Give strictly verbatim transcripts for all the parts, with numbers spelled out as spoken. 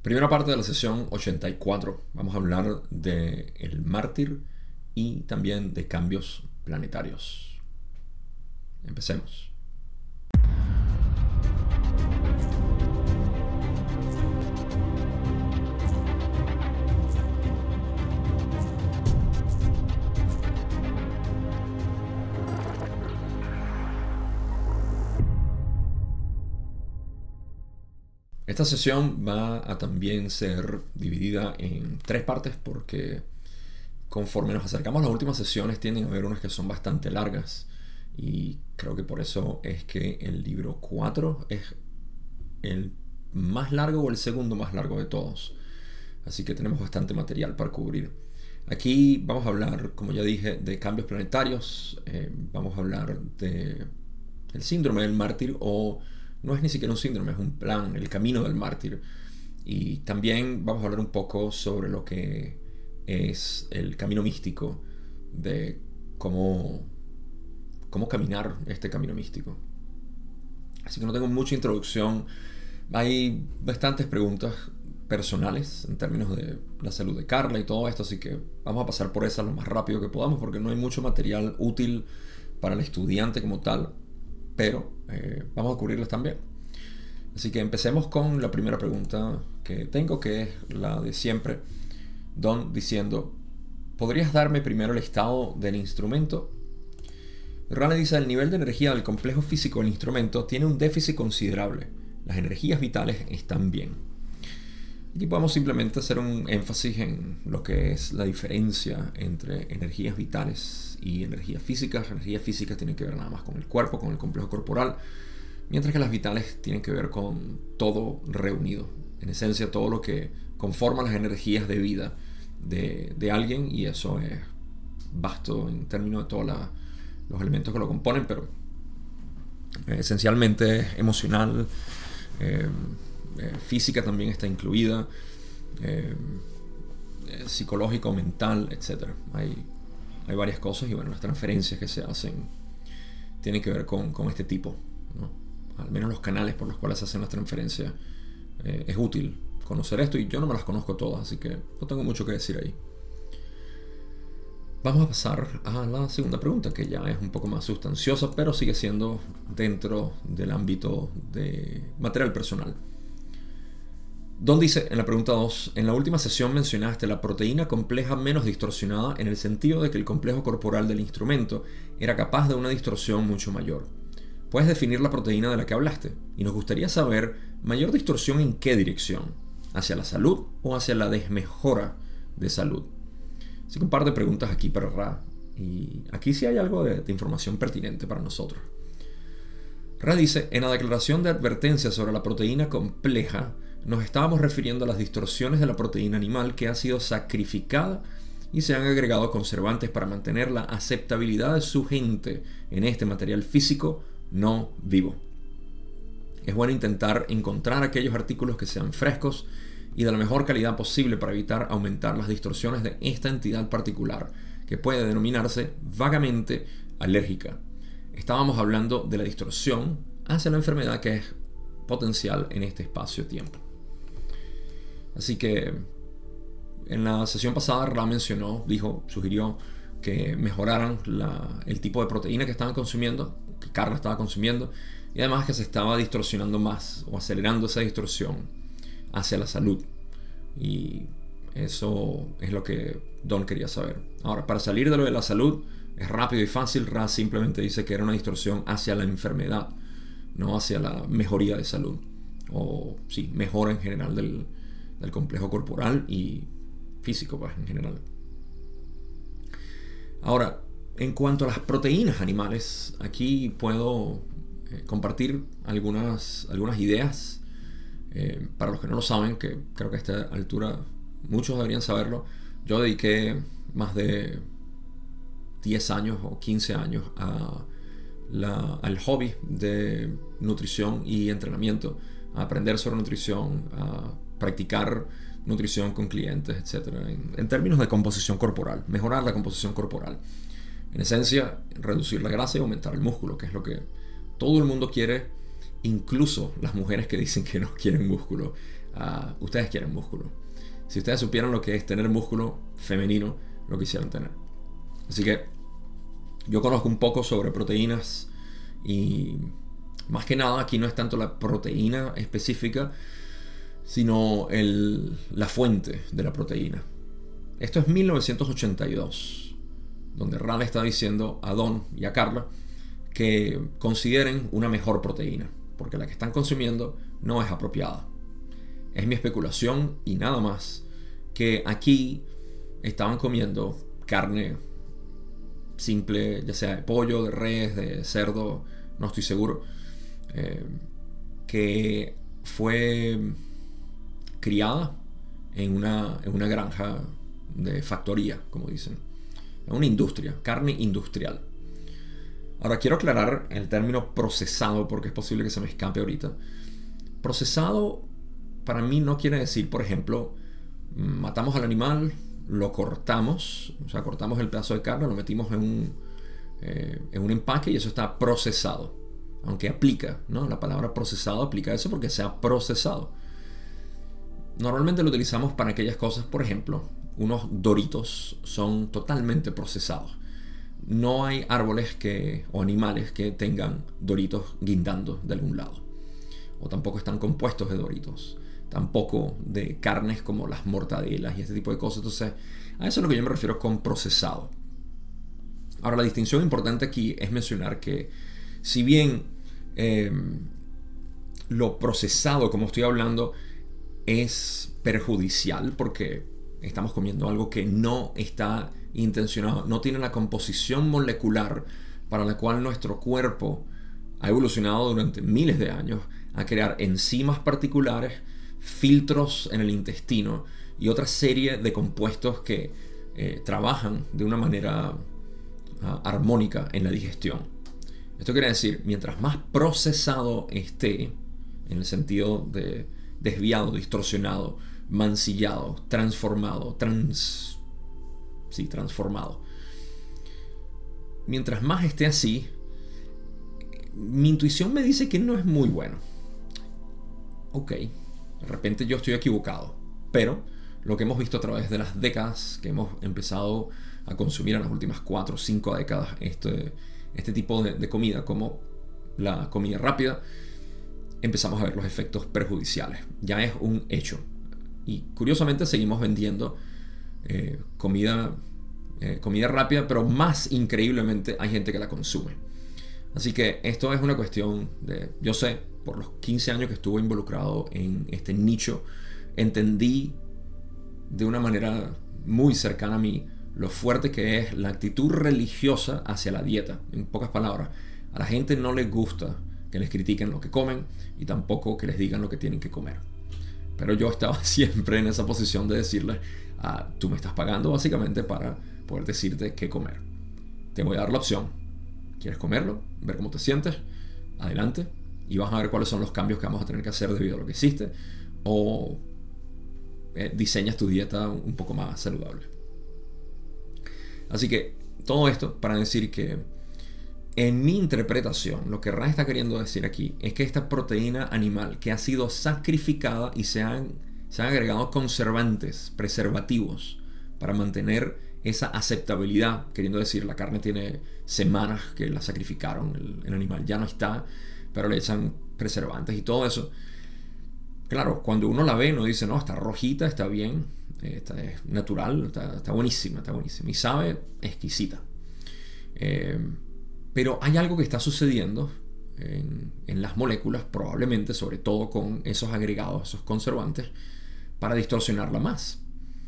Primera parte de la sesión ochenta y cuatro. Vamos a hablar de el mártir y también de cambios planetarios. Empecemos. Esta sesión va a también ser dividida en tres partes porque conforme nos acercamos a las últimas sesiones tienden a haber unas que son bastante largas y creo que por eso es que el libro cuatro es el más largo o el segundo más largo de todos. Así que tenemos bastante material para cubrir. Aquí vamos a hablar, como ya dije, de cambios planetarios, eh, vamos a hablar de el síndrome del mártir, o no es ni siquiera un síndrome, es un plan, el camino del mártir. Y también vamos a hablar un poco sobre lo que es el camino místico, de cómo, cómo caminar este camino místico. Así que no tengo mucha introducción. Hay bastantes preguntas personales en términos de la salud de Carla y todo esto, así que vamos a pasar por esas lo más rápido que podamos porque no hay mucho material útil para el estudiante como tal, pero eh, vamos a cubrirlas también. Así que empecemos con la primera pregunta que tengo, que es la de siempre. Don diciendo: ¿podrías darme primero el estado del instrumento? Rane dice: el nivel de energía del complejo físico del instrumento tiene un déficit considerable. Las energías vitales están bien. Aquí podemos simplemente hacer un énfasis en lo que es la diferencia entre energías vitales y energías físicas. Las energías físicas tienen que ver nada más con el cuerpo, con el complejo corporal, mientras que las vitales tienen que ver con todo reunido. En esencia, todo lo que conforma las energías de vida de, de alguien, y eso es vasto en términos de todos la, los elementos que lo componen, pero eh, esencialmente es emocional, eh, eh, física también está incluida, eh, eh, psicológico, mental, etcétera. Hay, hay varias cosas, y bueno, las transferencias que se hacen tienen que ver con, con este tipo, ¿no? Al menos los canales por los cuales se hacen las transferencias. Eh, es útil conocer esto, y yo no me las conozco todas, así que no tengo mucho que decir ahí. Vamos a pasar a la segunda pregunta, que ya es un poco más sustanciosa, pero sigue siendo dentro del ámbito de material personal. Don dice en la pregunta dos: en la última sesión mencionaste la proteína compleja menos distorsionada, en el sentido de que el complejo corporal del instrumento era capaz de una distorsión mucho mayor. ¿Puedes definir la proteína de la que hablaste? Y nos gustaría saber, ¿mayor distorsión en qué dirección? ¿Hacia la salud o hacia la desmejora de salud? Así que un par de preguntas aquí para Ra. Y aquí sí hay algo de, de información pertinente para nosotros. Ra dice: en la declaración de advertencia sobre la proteína compleja, nos estábamos refiriendo a las distorsiones de la proteína animal que ha sido sacrificada y se han agregado conservantes para mantener la aceptabilidad de su gente en este material físico no vivo. Es bueno intentar encontrar aquellos artículos que sean frescos y de la mejor calidad posible para evitar aumentar las distorsiones de esta entidad particular, que puede denominarse vagamente alérgica. Estábamos hablando de la distorsión hacia la enfermedad que es potencial en este espacio-tiempo. Así que en la sesión pasada Ra mencionó, dijo, sugirió que mejoraran la, el tipo de proteína que estaban consumiendo, que Carla estaba consumiendo, y además que se estaba distorsionando más o acelerando esa distorsión hacia la salud. Y eso es lo que Don quería saber. Ahora, para salir de lo de la salud es rápido y fácil. Ra simplemente dice que era una distorsión hacia la enfermedad, no hacia la mejoría de salud, o sí, mejora en general del, del complejo corporal y físico, pues, en general. Ahora, en cuanto a las proteínas animales, aquí puedo eh, compartir algunas, algunas ideas. Eh, para los que no lo saben, que creo que a esta altura muchos deberían saberlo, yo dediqué más de diez años o quince años a la, al hobby de nutrición y entrenamiento, a aprender sobre nutrición, a practicar nutrición con clientes, etcétera, en, en términos de composición corporal, mejorar la composición corporal. En esencia, reducir la grasa y aumentar el músculo, que es lo que todo el mundo quiere, incluso las mujeres que dicen que no quieren músculo. Uh, ustedes quieren músculo. Si ustedes supieran lo que es tener músculo femenino, lo quisieran tener. Así que yo conozco un poco sobre proteínas y más que nada aquí no es tanto la proteína específica, sino el, la fuente de la proteína. Esto es mil novecientos ochenta y dos, donde Ral está diciendo a Don y a Carla que consideren una mejor proteína, porque la que están consumiendo no es apropiada. Es mi especulación y nada más, que aquí estaban comiendo carne simple, ya sea de pollo, de res, de cerdo, no estoy seguro, eh, que fue criada en una, en una granja de factoría, como dicen, en una industria, carne industrial. Ahora quiero aclarar el término procesado porque es posible que se me escape ahorita. Procesado para mí no quiere decir, por ejemplo, matamos al animal, lo cortamos, o sea, cortamos el pedazo de carne, lo metimos en un, eh, en un empaque y eso está procesado. Aunque aplica, ¿no? La palabra procesado aplica eso porque se ha procesado. Normalmente lo utilizamos para aquellas cosas, por ejemplo, unos Doritos son totalmente procesados. No hay árboles que, o animales que tengan Doritos guindando de algún lado. O tampoco están compuestos de Doritos. Tampoco de carnes como las mortadelas y este tipo de cosas. Entonces, a eso es lo que yo me refiero con procesado. Ahora, la distinción importante aquí es mencionar que si bien eh, lo procesado, como estoy hablando, es perjudicial porque estamos comiendo algo que no está intencionado, no tiene la composición molecular para la cual nuestro cuerpo ha evolucionado durante miles de años a crear enzimas particulares, filtros en el intestino y otra serie de compuestos que eh, trabajan de una manera uh, armónica en la digestión. Esto quiere decir, mientras más procesado esté, en el sentido de desviado, distorsionado, mancillado, transformado, trans... sí, transformado. Mientras más esté así, mi intuición me dice que no es muy bueno. Ok, de repente yo estoy equivocado, pero lo que hemos visto a través de las décadas que hemos empezado a consumir en las últimas cuatro o cinco décadas este, este tipo de, de comida, como la comida rápida, empezamos a ver los efectos perjudiciales. Ya es un hecho. Y curiosamente seguimos vendiendo eh, comida, eh, comida rápida, pero más increíblemente hay gente que la consume. Así que esto es una cuestión de... Yo sé, por los quince años que estuve involucrado en este nicho, entendí de una manera muy cercana a mí lo fuerte que es la actitud religiosa hacia la dieta. En pocas palabras, a la gente no les gusta que les critiquen lo que comen y tampoco que les digan lo que tienen que comer. Pero yo estaba siempre en esa posición de decirles, ah, tú me estás pagando básicamente para poder decirte qué comer. Te voy a dar la opción. ¿Quieres comerlo? Ver cómo te sientes. Adelante. Y vas a ver cuáles son los cambios que vamos a tener que hacer debido a lo que hiciste. O eh, diseñas tu dieta un poco más saludable. Así que todo esto para decir que en mi interpretación, lo que Ra está queriendo decir aquí es que esta proteína animal que ha sido sacrificada y se han, se han agregado conservantes, preservativos, para mantener esa aceptabilidad, queriendo decir, la carne tiene semanas que la sacrificaron, el, el animal ya no está, pero le echan preservantes y todo eso. Claro, cuando uno la ve, uno dice, no, está rojita, está bien, está, es natural, está, está buenísima, está buenísima y sabe exquisita. Eh, Pero hay algo que está sucediendo en, en las moléculas, probablemente, sobre todo con esos agregados, esos conservantes, para distorsionarla más.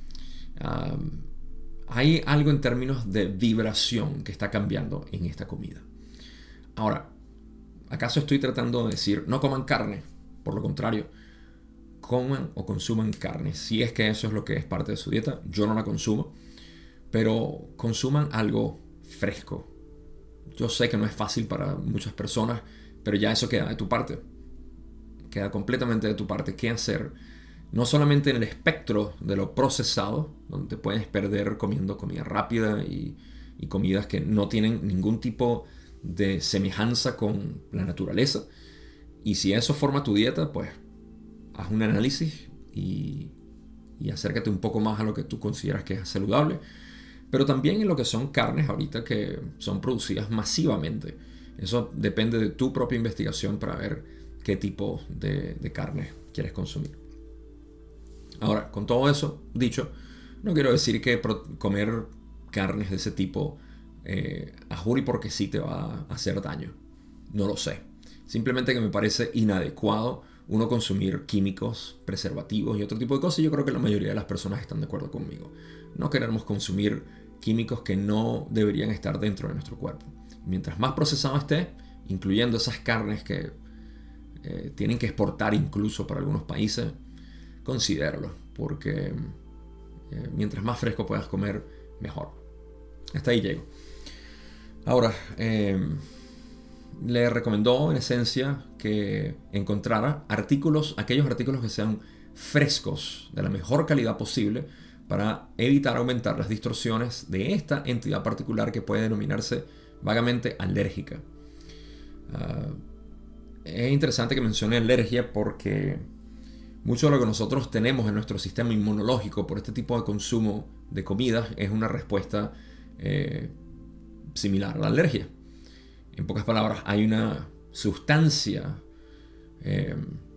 Um, hay algo en términos de vibración que está cambiando en esta comida. Ahora, ¿acaso estoy tratando de decir no coman carne? Por lo contrario, coman o consuman carne. Si es que eso es lo que es parte de su dieta, yo no la consumo, pero consuman algo fresco. Yo sé que no es fácil para muchas personas, pero ya eso queda de tu parte. Queda completamente de tu parte qué hacer. No solamente en el espectro de lo procesado, donde te puedes perder comiendo comida rápida y, y comidas que no tienen ningún tipo de semejanza con la naturaleza. Y si eso forma tu dieta, pues haz un análisis y, y acércate un poco más a lo que tú consideras que es saludable, pero también en lo que son carnes ahorita que son producidas masivamente. Eso depende de tu propia investigación para ver qué tipo de, de carne quieres consumir. Ahora, con todo eso dicho, no quiero decir que comer carnes de ese tipo eh, a juro y porque sí te va a hacer daño. No lo sé. Simplemente que me parece inadecuado uno consumir químicos, preservativos y otro tipo de cosas. Y yo creo que la mayoría de las personas están de acuerdo conmigo. No queremos consumir químicos que no deberían estar dentro de nuestro cuerpo. Mientras más procesado esté, incluyendo esas carnes que eh, tienen que exportar incluso para algunos países, considéralo, porque eh, mientras más fresco puedas comer, mejor. Hasta ahí llego. Ahora, eh, le recomendó en esencia que encontrara artículos, aquellos artículos que sean frescos, de la mejor calidad posible, para evitar aumentar las distorsiones de esta entidad particular que puede denominarse vagamente alérgica. Uh, es interesante que mencione alergia porque mucho de lo que nosotros tenemos en nuestro sistema inmunológico por este tipo de consumo de comidas es una respuesta eh, similar a la alergia. En pocas palabras, hay una sustancia eh,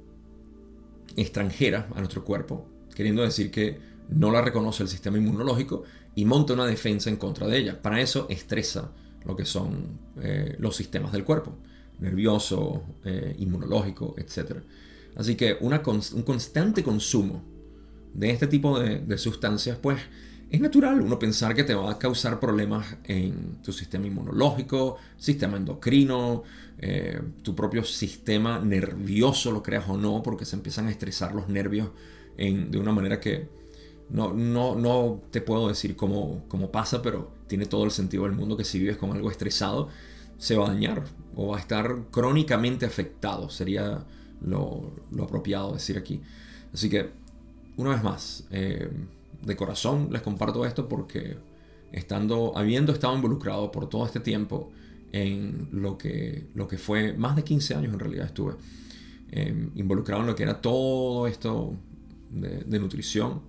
extranjera a nuestro cuerpo, queriendo decir que no la reconoce el sistema inmunológico y monta una defensa en contra de ella. Para eso estresa lo que son eh, los sistemas del cuerpo, nervioso, eh, inmunológico, etcétera. Así que una cons- un constante consumo de este tipo de, de sustancias, pues es natural uno pensar que te va a causar problemas en tu sistema inmunológico, sistema endocrino, eh, tu propio sistema nervioso, lo creas o no, porque se empiezan a estresar los nervios en, de una manera que no, no, no te puedo decir cómo, cómo pasa, pero tiene todo el sentido del mundo que si vives con algo estresado, se va a dañar o va a estar crónicamente afectado, sería lo, lo apropiado decir aquí. Así que, una vez más, eh, de corazón les comparto esto porque estando, habiendo estado involucrado por todo este tiempo en lo que, lo que fue, más de quince años en realidad estuve eh, involucrado en lo que era todo esto de, de nutrición,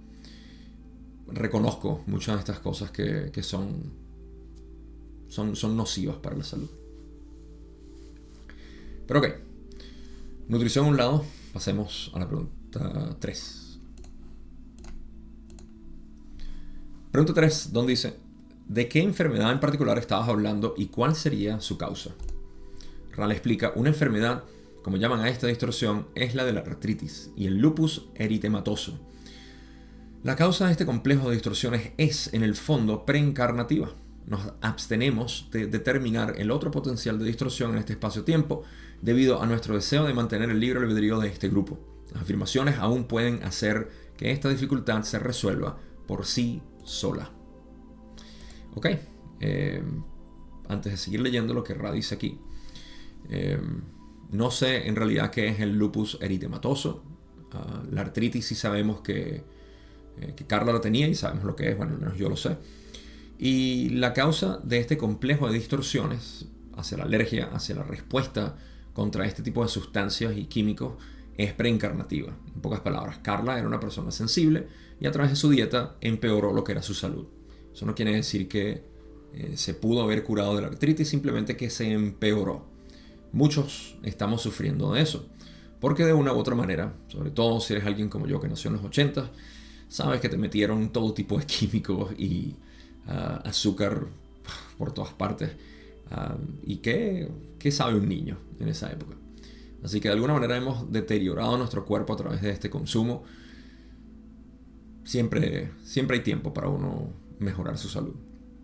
reconozco muchas de estas cosas que, que son, son, son nocivas para la salud. Pero ok, nutrición a un lado, pasemos a la pregunta tres. Pregunta tres, donde dice: ¿de qué enfermedad en particular estabas hablando y cuál sería su causa? Ral explica: una enfermedad, como llaman a esta distorsión, es la de la artritis y el lupus eritematoso. La causa de este complejo de distorsiones es, en el fondo, preencarnativa. Nos abstenemos de determinar el otro potencial de distorsión en este espacio-tiempo debido a nuestro deseo de mantener el libre albedrío de este grupo. Las afirmaciones aún pueden hacer que esta dificultad se resuelva por sí sola. Ok, eh, antes de seguir leyendo lo que Ra dice aquí, eh, no sé en realidad qué es el lupus eritematoso. Uh, la artritis sí sabemos que, eh, que Carla lo tenía y sabemos lo que es, bueno, al menos yo lo sé. Y la causa de este complejo de distorsiones hacia la alergia, hacia la respuesta contra este tipo de sustancias y químicos es preencarnativa. En pocas palabras, Carla era una persona sensible y a través de su dieta empeoró lo que era su salud. Eso no quiere decir que eh, se pudo haber curado de la artritis, simplemente que se empeoró. Muchos estamos sufriendo de eso, porque de una u otra manera, sobre todo si eres alguien como yo que nació en los ochenta, sabes que te metieron todo tipo de químicos y uh, azúcar por todas partes. Uh, ¿Y qué, qué sabe un niño en esa época? Así que de alguna manera hemos deteriorado nuestro cuerpo a través de este consumo. Siempre, siempre hay tiempo para uno mejorar su salud.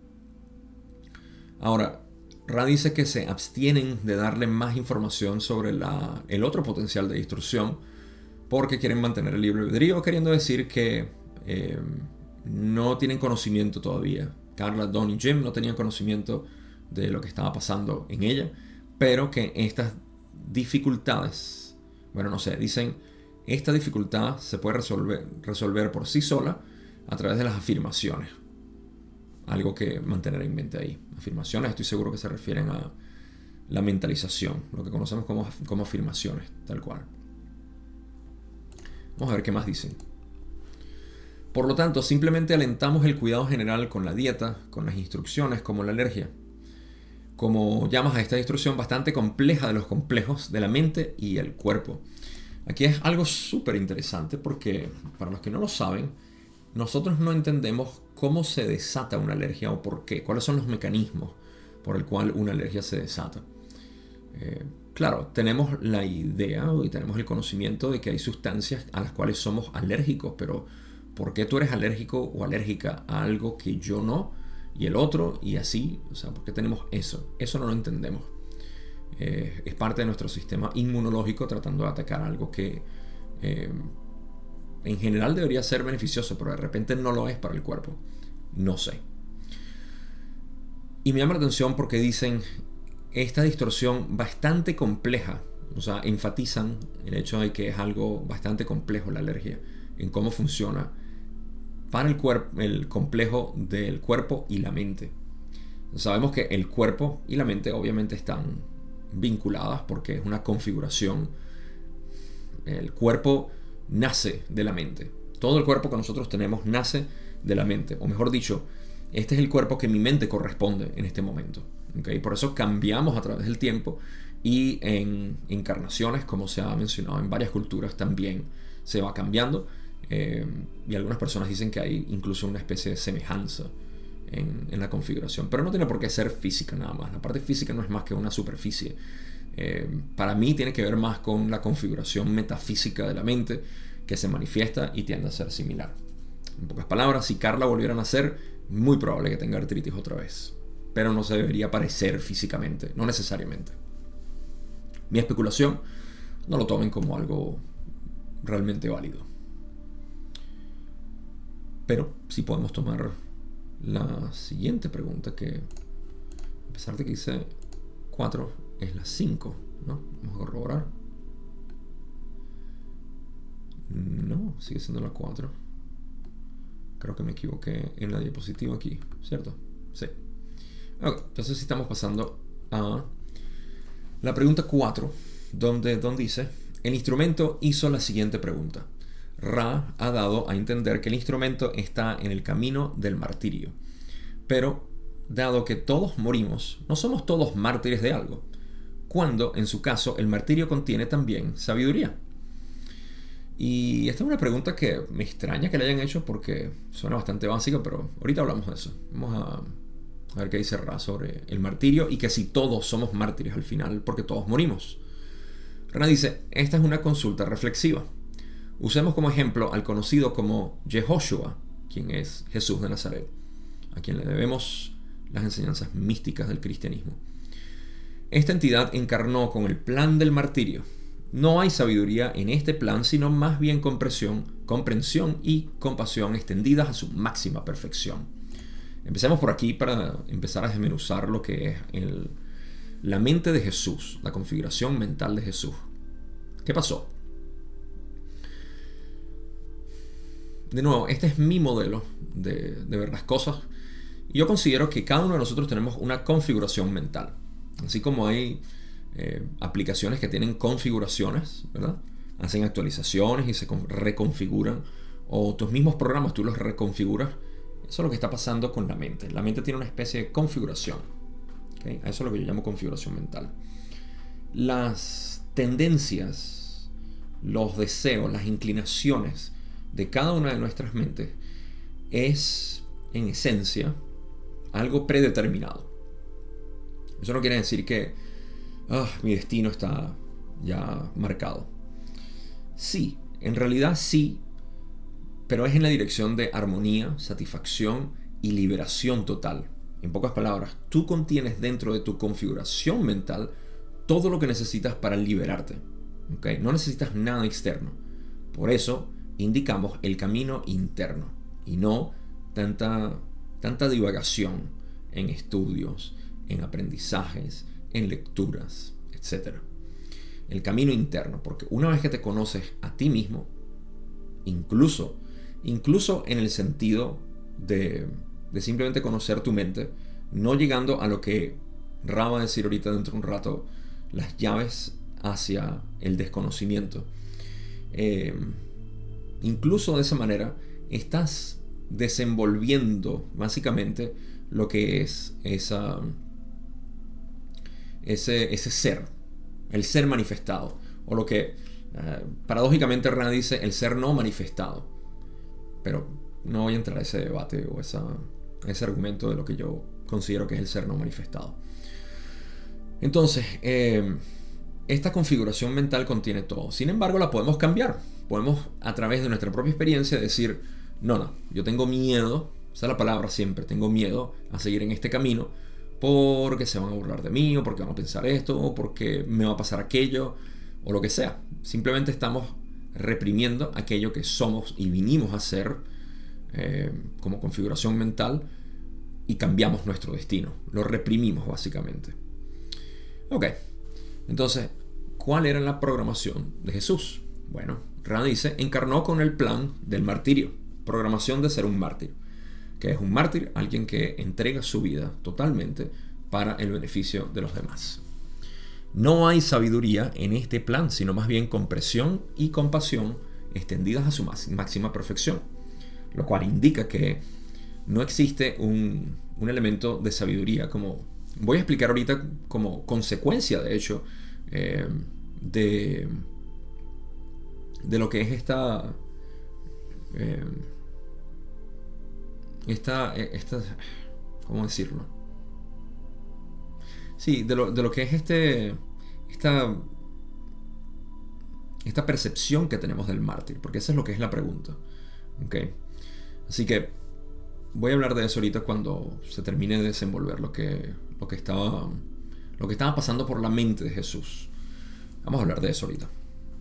Ahora, Ra dice que se abstienen de darle más información sobre la, el otro potencial de distorsión porque quieren mantener el libre albedrío, queriendo decir que eh, no tienen conocimiento todavía. Carla, Don y Jim no tenían conocimiento de lo que estaba pasando en ella, pero que estas dificultades, bueno, no sé, dicen, esta dificultad se puede resolver, resolver por sí sola a través de las afirmaciones. Algo que mantener en mente ahí. Afirmaciones, estoy seguro que se refieren a la mentalización, lo que conocemos como, como afirmaciones, tal cual. Vamos a ver qué más dicen. Por lo tanto, simplemente alentamos el cuidado general con la dieta, con las instrucciones, como la alergia. Como llamas a esta instrucción bastante compleja de los complejos de la mente y el cuerpo. Aquí es algo súper interesante porque, para los que no lo saben, nosotros no entendemos cómo se desata una alergia o por qué, cuáles son los mecanismos por el cual una alergia se desata. Eh, claro, tenemos la idea y tenemos el conocimiento de que hay sustancias a las cuales somos alérgicos, pero ¿por qué tú eres alérgico o alérgica a algo que yo no y el otro y así? O sea, ¿por qué tenemos eso? Eso no lo entendemos. Eh, es parte de nuestro sistema inmunológico tratando de atacar algo que eh, en general debería ser beneficioso, pero de repente no lo es para el cuerpo. No sé. Y me llama la atención porque dicen esta distorsión bastante compleja, o sea, enfatizan el hecho de que es algo bastante complejo la alergia, en cómo funciona para el cuerpo, el complejo del cuerpo y la mente. Sabemos que el cuerpo y la mente obviamente están vinculadas porque es una configuración. El cuerpo nace de la mente. Todo el cuerpo que nosotros tenemos nace de la mente, o mejor dicho, este es el cuerpo que mi mente corresponde en este momento. ¿Okay? Por eso cambiamos a través del tiempo y en encarnaciones, como se ha mencionado en varias culturas, también se va cambiando. Eh, y algunas personas dicen que hay incluso una especie de semejanza en, en la configuración. Pero no tiene por qué ser física nada más. La parte física no es más que una superficie. Eh, para mí tiene que ver más con la configuración metafísica de la mente que se manifiesta y tiende a ser similar. En pocas palabras, si Carla volviera a nacer, muy probable que tenga artritis otra vez. Pero no se debería parecer físicamente, no necesariamente. Mi especulación, no lo tomen como algo realmente válido. Pero sí podemos tomar la siguiente pregunta, que a pesar de que dice cuatro, es la cinco, ¿no? Vamos a corroborar. No, sigue siendo la cuatro. Creo que me equivoqué en la diapositiva aquí, ¿cierto? Sí. Ok, entonces estamos pasando a la pregunta cuatro, donde, donde dice: el instrumento hizo la siguiente pregunta. Ra ha dado a entender que el instrumento está en el camino del martirio. Pero, dado que todos morimos, no somos todos mártires de algo, cuando, en su caso, el martirio contiene también sabiduría. Y esta es una pregunta que me extraña que le hayan hecho porque suena bastante básica, pero ahorita hablamos de eso. Vamos a, a ver qué dice Ra sobre el martirio y que si todos somos mártires al final porque todos morimos. Ra dice: esta es una consulta reflexiva. Usemos como ejemplo al conocido como Yehoshua, quien es Jesús de Nazaret, a quien le debemos las enseñanzas místicas del cristianismo. Esta entidad encarnó con el plan del martirio. No hay sabiduría en este plan, sino más bien comprensión, comprensión y compasión extendidas a su máxima perfección. Empecemos por aquí para empezar a desmenuzar lo que es el, la mente de Jesús, la configuración mental de Jesús. ¿Qué pasó? De nuevo, este es mi modelo de, de ver las cosas. Y yo considero que cada uno de nosotros tenemos una configuración mental. Así como hay eh, aplicaciones que tienen configuraciones, ¿verdad? Hacen actualizaciones y se reconfiguran. O tus mismos programas tú los reconfiguras. Eso es lo que está pasando con la mente. La mente tiene una especie de configuración. ¿Okay? A eso es lo que yo llamo configuración mental. Las tendencias, los deseos, las inclinaciones de cada una de nuestras mentes es, en esencia, algo predeterminado. Eso no quiere decir que oh, mi destino está ya marcado. Sí, en realidad sí, pero es en la dirección de armonía, satisfacción y liberación total. En pocas palabras, tú contienes dentro de tu configuración mental todo lo que necesitas para liberarte. ¿Okay? No necesitas nada externo. Por eso indicamos el camino interno y no tanta, tanta divagación en estudios, en aprendizajes, en lecturas, etcétera. El camino interno, porque una vez que te conoces a ti mismo, incluso, incluso en el sentido de, de simplemente conocer tu mente, no llegando a lo que Ra va a decir ahorita dentro de un rato, las llaves hacia el desconocimiento. Eh, incluso de esa manera, estás desenvolviendo básicamente lo que es esa, ese, ese ser, el ser manifestado, o lo que uh, paradójicamente Rand dice el ser no manifestado. Pero no voy a entrar a ese debate o esa, a ese argumento de lo que yo considero que es el ser no manifestado. Entonces, eh, esta configuración mental contiene todo. Sin embargo, la podemos cambiar. Podemos, a través de nuestra propia experiencia, decir, no, no, yo tengo miedo, esa es la palabra siempre, tengo miedo a seguir en este camino porque se van a burlar de mí, o porque van a pensar esto, o porque me va a pasar aquello, o lo que sea. Simplemente estamos reprimiendo aquello que somos y vinimos a ser eh, como configuración mental, y cambiamos nuestro destino. Lo reprimimos básicamente. Ok, entonces, ¿cuál era la programación de Jesús? Bueno, Rand dice, encarnó con el plan del martirio, programación de ser un mártir. ¿Qué es un mártir? Alguien que entrega su vida totalmente para el beneficio de los demás. No hay sabiduría en este plan, sino más bien comprensión y compasión extendidas a su máxima perfección, lo cual indica que no existe un, un elemento de sabiduría, como voy a explicar ahorita, como consecuencia, de hecho, eh, de, de lo que es esta, eh, esta, esta, ¿cómo decirlo? Sí, de lo, de lo que es este, esta, esta percepción que tenemos del mártir, porque esa es lo que es la pregunta. ¿Okay? Así que voy a hablar de eso ahorita cuando se termine de desenvolver lo que, lo que estaba, lo que estaba pasando por la mente de Jesús. Vamos a hablar de eso ahorita.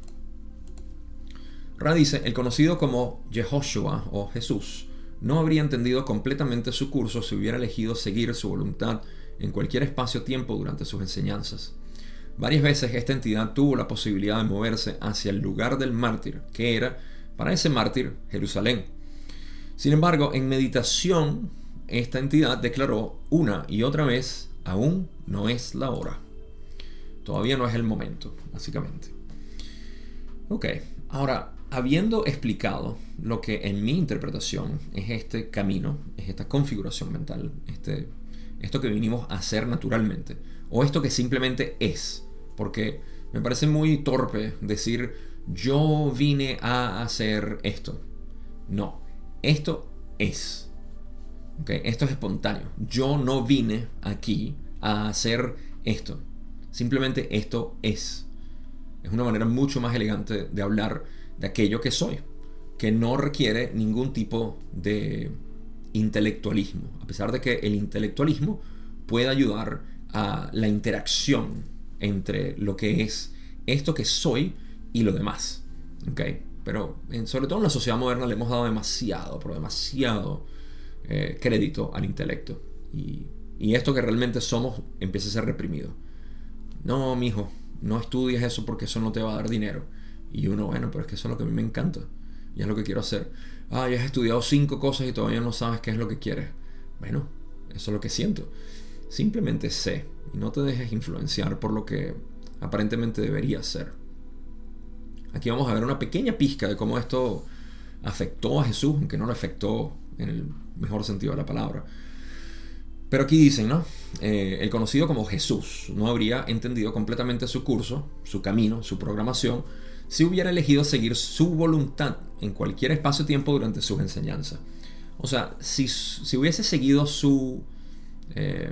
Ra dice, el conocido como Yehoshua o Jesús no habría entendido completamente su curso si hubiera elegido seguir su voluntad en cualquier espacio-tiempo durante sus enseñanzas. Varias veces esta entidad tuvo la posibilidad de moverse hacia el lugar del mártir, que era, para ese mártir, Jerusalén. Sin embargo, en meditación, esta entidad declaró una y otra vez, aún no es la hora. Todavía no es el momento, básicamente. Ok, ahora, habiendo explicado lo que en mi interpretación es este camino, es esta configuración mental, este, esto que vinimos a hacer naturalmente, o esto que simplemente es, porque me parece muy torpe decir, yo vine a hacer esto. No. Esto es. ¿Okay? Esto es espontáneo. Yo no vine aquí a hacer esto. Simplemente esto es. Es una manera mucho más elegante de hablar de aquello que soy, que no requiere ningún tipo de intelectualismo, a pesar de que el intelectualismo puede ayudar a la interacción entre lo que es esto que soy y lo demás. ¿Okay? Pero en, sobre todo en la sociedad moderna le hemos dado demasiado, pero demasiado eh, crédito al intelecto. Y, y esto que realmente somos empieza a ser reprimido. No, mijo, no estudies eso porque eso no te va a dar dinero. Y uno, bueno, pero es que eso es lo que a mí me encanta. Y es lo que quiero hacer. Ah, ya has estudiado cinco cosas y todavía no sabes qué es lo que quieres. Bueno, eso es lo que siento. Simplemente sé. Y no te dejes influenciar por lo que aparentemente debería ser. Aquí vamos a ver una pequeña pizca de cómo esto afectó a Jesús, aunque no lo afectó en el mejor sentido de la palabra. Pero aquí dicen, ¿no? Eh, el conocido como Jesús no habría entendido completamente su curso, su camino, su programación, si hubiera elegido seguir su voluntad en cualquier espacio-tiempo durante sus enseñanzas. O sea, si, si hubiese seguido su... Eh,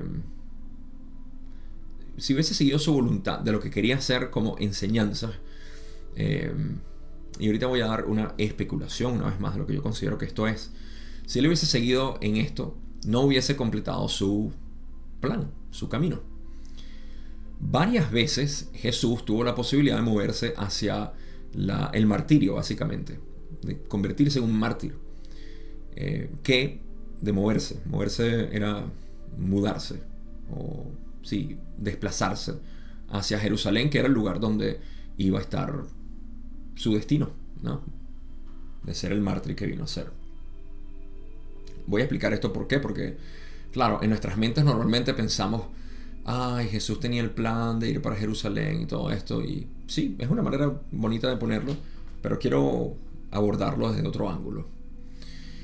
si hubiese seguido su voluntad de lo que quería hacer como enseñanza, eh, y ahorita voy a dar una especulación una vez más de lo que yo considero que esto es. Si él hubiese seguido en esto, no hubiese completado su plan, su camino. Varias veces Jesús tuvo la posibilidad de moverse hacia la, el martirio, básicamente, de convertirse en un mártir, eh, que de moverse. Moverse era mudarse, o sí, desplazarse hacia Jerusalén, que era el lugar donde iba a estar su destino, ¿no? De ser el mártir que vino a ser. Voy a explicar esto por qué, porque, claro, en nuestras mentes normalmente pensamos, ay, Jesús tenía el plan de ir para Jerusalén y todo esto, y sí, es una manera bonita de ponerlo, pero quiero abordarlo desde otro ángulo.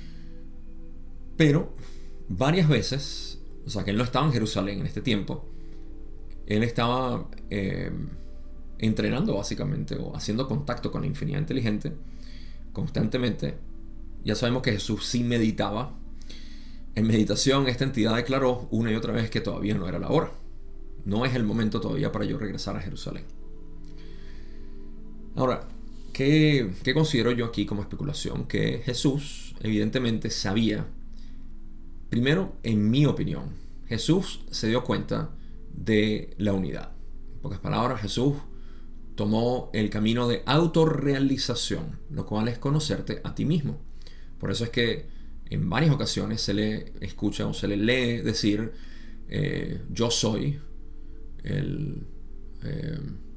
Pero varias veces, o sea que él no estaba en Jerusalén en este tiempo, él estaba eh, entrenando básicamente o haciendo contacto con la infinidad inteligente constantemente. Ya sabemos que Jesús sí meditaba. En meditación esta entidad declaró una y otra vez que todavía no era la hora. No es el momento todavía para yo regresar a Jerusalén. Ahora, ¿qué, qué considero yo aquí como especulación? Que Jesús evidentemente sabía, primero, en mi opinión, Jesús se dio cuenta de la unidad. En pocas palabras, Jesús tomó el camino de autorrealización, lo cual es conocerte a ti mismo. Por eso es que en varias ocasiones se le escucha o se le lee decir eh, yo soy el, eh,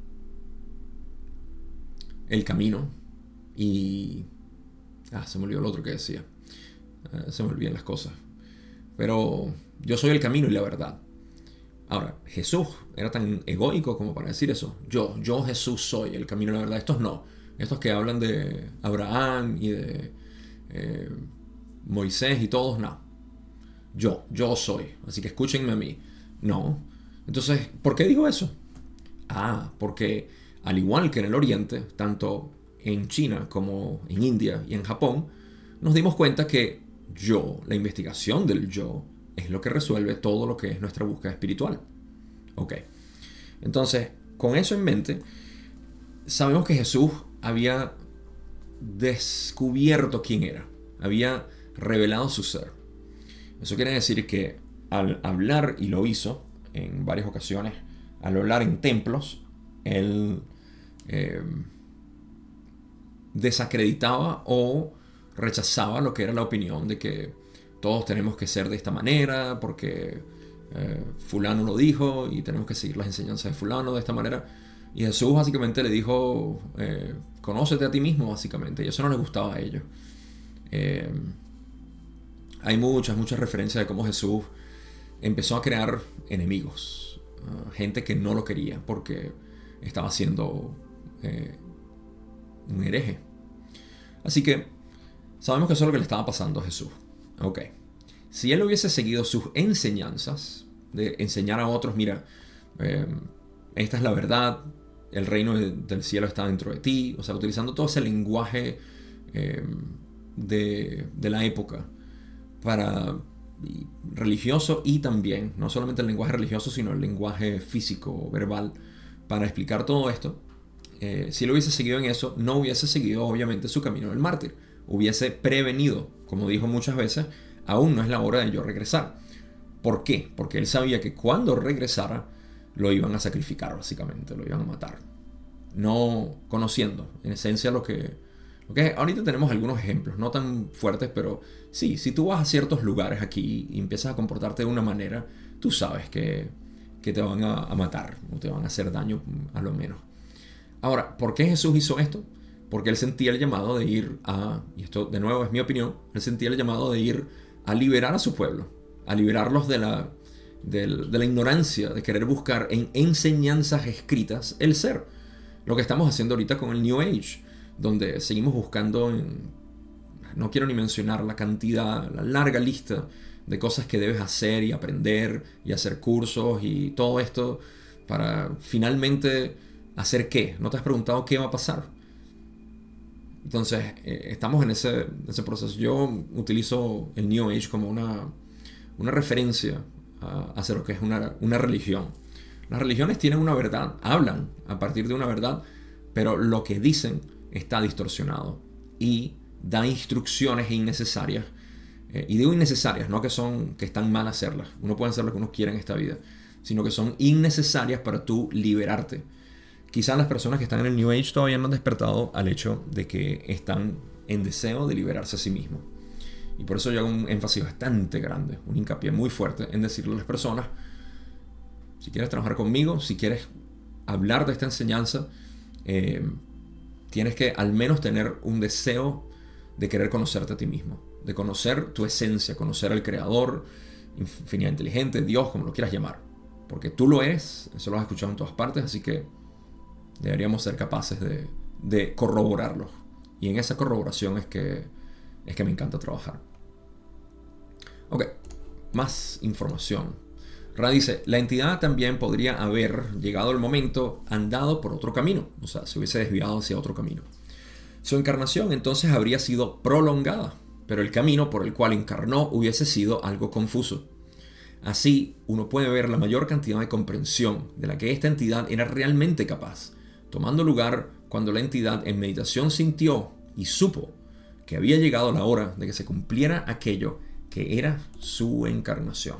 el camino y... Ah, se me olvidó lo otro que decía. Uh, se me olvidan las cosas. Pero yo soy el camino y la verdad. Ahora, Jesús era tan egoico como para decir eso. Yo, yo Jesús soy el camino y la verdad. Estos no. Estos que hablan de Abraham y de eh, Moisés y todos, no. Yo, yo soy. Así que escúchenme a mí. No. Entonces, ¿por qué digo eso? Ah, porque al igual que en el Oriente, tanto en China como en India y en Japón, nos dimos cuenta que yo, la investigación del yo, es lo que resuelve todo lo que es nuestra búsqueda espiritual. Ok. Entonces, con eso en mente, sabemos que Jesús había descubierto quién era. Había revelado su ser. Eso quiere decir que al hablar, y lo hizo en varias ocasiones, al hablar en templos, él eh, desacreditaba o rechazaba lo que era la opinión de que todos tenemos que ser de esta manera porque eh, fulano lo dijo y tenemos que seguir las enseñanzas de fulano de esta manera. Y Jesús básicamente le dijo, eh, conócete a ti mismo básicamente, y eso no les gustaba a ellos. Eh, hay muchas, muchas referencias de cómo Jesús empezó a crear enemigos, uh, gente que no lo quería porque estaba siendo eh, un hereje. Así que sabemos que eso es lo que le estaba pasando a Jesús. Ok. Si él hubiese seguido sus enseñanzas, de enseñar a otros, mira, eh, esta es la verdad, el reino de, del cielo está dentro de ti, o sea, utilizando todo ese lenguaje eh, de, de la época para y religioso y también, no solamente el lenguaje religioso, sino el lenguaje físico, verbal, para explicar todo esto, eh, si él hubiese seguido en eso, no hubiese seguido obviamente su camino del mártir, hubiese prevenido, como dijo muchas veces, aún no es la hora de yo regresar. ¿Por qué? Porque él sabía que cuando regresara lo iban a sacrificar básicamente, lo iban a matar. No conociendo, en esencia, lo que, lo que es. Ahorita tenemos algunos ejemplos, no tan fuertes, pero sí, si tú vas a ciertos lugares aquí y empiezas a comportarte de una manera, tú sabes que, que te van a, a matar o te van a hacer daño a lo menos. Ahora, ¿por qué Jesús hizo esto? Porque él sentía el llamado de ir a, y esto de nuevo es mi opinión, él sentía el llamado de ir a liberar a su pueblo, a liberarlos de la, de, de la ignorancia, de querer buscar en enseñanzas escritas el ser. Lo que estamos haciendo ahorita con el New Age, donde seguimos buscando, en, no quiero ni mencionar la cantidad, la larga lista de cosas que debes hacer y aprender y hacer cursos y todo esto para finalmente hacer qué. ¿No te has preguntado qué va a pasar? Entonces, eh, estamos en ese, ese proceso. Yo utilizo el New Age como una, una referencia a, hacia lo que es una, una religión. Las religiones tienen una verdad, hablan a partir de una verdad, pero lo que dicen está distorsionado y da instrucciones innecesarias. Eh, y digo innecesarias, no que, son, que están mal hacerlas. Uno puede hacer lo que uno quiera en esta vida, sino que son innecesarias para tú liberarte. Quizás las personas que están en el New Age todavía no han despertado al hecho de que están en deseo de liberarse a sí mismos. Y por eso yo hago un énfasis bastante grande, un hincapié muy fuerte en decirle a las personas, si quieres trabajar conmigo, si quieres hablar de esta enseñanza, eh, tienes que al menos tener un deseo de querer conocerte a ti mismo, de conocer tu esencia, conocer al Creador, infinidad inteligente, Dios, como lo quieras llamar. Porque tú lo eres, eso lo has escuchado en todas partes, así que deberíamos ser capaces de, de corroborarlo. Y en esa corroboración es que, es que me encanta trabajar. Ok, más información. Ra dice, la entidad también podría haber, llegado el momento, andado por otro camino, o sea, se hubiese desviado hacia otro camino. Su encarnación entonces habría sido prolongada, pero el camino por el cual encarnó hubiese sido algo confuso. Así, uno puede ver la mayor cantidad de comprensión de la que esta entidad era realmente capaz, tomando lugar cuando la entidad en meditación sintió y supo que había llegado la hora de que se cumpliera aquello que era su encarnación.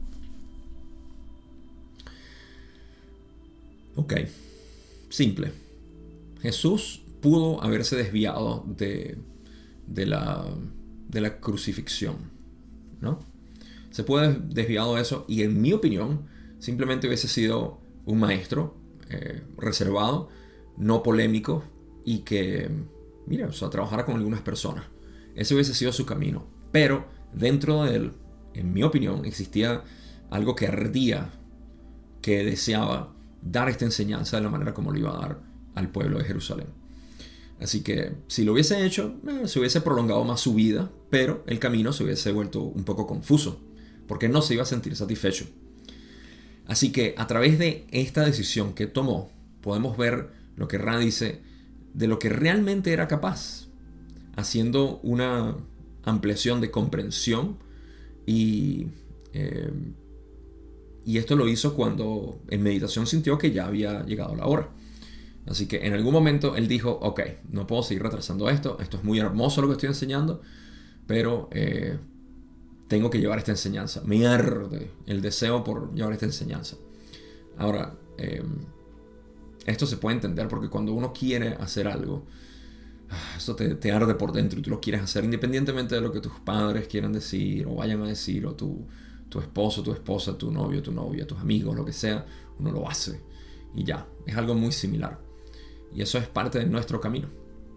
Ok, simple. Jesús pudo haberse desviado de, de, la, de la crucifixión, ¿no? Se puede haber desviado de eso y en mi opinión simplemente hubiese sido un maestro eh, reservado, no polémico y que, mira, o sea, trabajara con algunas personas. Ese hubiese sido su camino. Pero dentro de él, en mi opinión, existía algo que ardía, que deseaba dar esta enseñanza de la manera como lo iba a dar al pueblo de Jerusalén. Así que si lo hubiese hecho, eh, se hubiese prolongado más su vida, pero el camino se hubiese vuelto un poco confuso, porque no se iba a sentir satisfecho. Así que a través de esta decisión que tomó, podemos ver lo que Ra dice de lo que realmente era capaz, haciendo una ampliación de comprensión y, eh, y esto lo hizo cuando en meditación sintió que ya había llegado la hora. Así que en algún momento él dijo, ok, no puedo seguir retrasando esto, esto es muy hermoso lo que estoy enseñando, pero eh, tengo que llevar esta enseñanza. Me arde el deseo por llevar esta enseñanza. Ahora, eh, esto se puede entender porque cuando uno quiere hacer algo, eso te, te arde por dentro y tú lo quieres hacer independientemente de lo que tus padres quieran decir o vayan a decir, o tu, tu esposo, tu esposa, tu novio, tu novia, tus amigos, lo que sea, uno lo hace y ya, es algo muy similar y eso es parte de nuestro camino.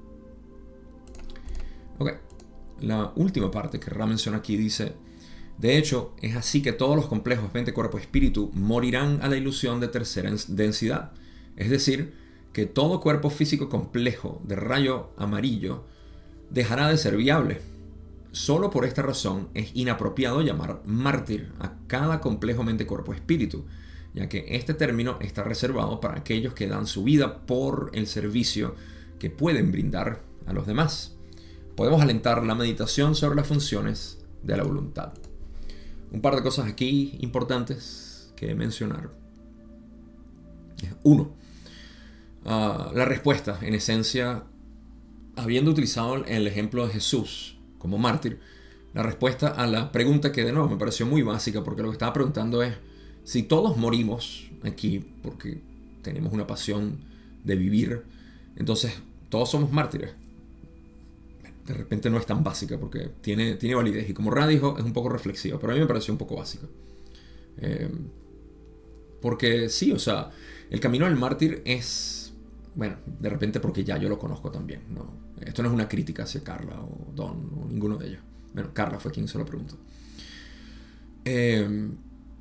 Ok, la última parte que Ra menciona aquí dice, de hecho, es así que todos los complejos mente, cuerpo, espíritu morirán a la ilusión de tercera densidad, es decir, que todo cuerpo físico complejo de rayo amarillo dejará de ser viable. Solo por esta razón es inapropiado llamar mártir a cada complejo mente, cuerpo, espíritu, ya que este término está reservado para aquellos que dan su vida por el servicio que pueden brindar a los demás. Podemos alentar la meditación sobre las funciones de la voluntad. Un par de cosas aquí importantes que mencionar. Uno, Uh, la respuesta, en esencia, habiendo utilizado el ejemplo de Jesús como mártir, la respuesta a la pregunta que de nuevo me pareció muy básica, porque lo que estaba preguntando es, si todos morimos aquí porque tenemos una pasión de vivir, entonces todos somos mártires. De repente no es tan básica porque tiene, tiene validez, y como Ra dijo, es un poco reflexiva, pero a mí me pareció un poco básica. Eh, porque sí, o sea, el camino del mártir es... Bueno, de repente porque ya yo lo conozco también, ¿no? Esto no es una crítica hacia Carla o Don o ninguno de ellos. Bueno, Carla fue quien se lo preguntó. Eh,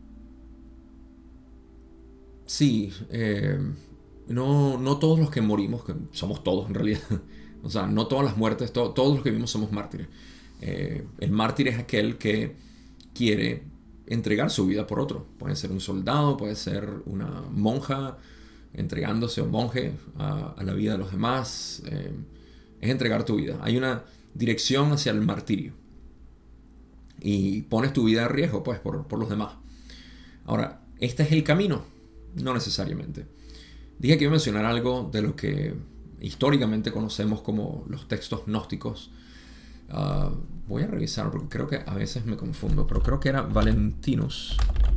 sí, eh, no, no todos los que morimos, que somos todos en realidad, o sea, no todas las muertes, to, todos los que vivimos somos mártires. Eh, el mártir es aquel que quiere entregar su vida por otro. Puede ser un soldado, puede ser una monja, entregándose, o monje, a, a la vida de los demás. Eh, es entregar tu vida. Hay una dirección hacia el martirio y pones tu vida en riesgo, pues, por, por los demás. Ahora, ¿este es el camino? No necesariamente. Dije que iba a mencionar algo de lo que históricamente conocemos como los textos gnósticos. Uh, voy a revisar porque creo que a veces me confundo, pero creo que era Valentinus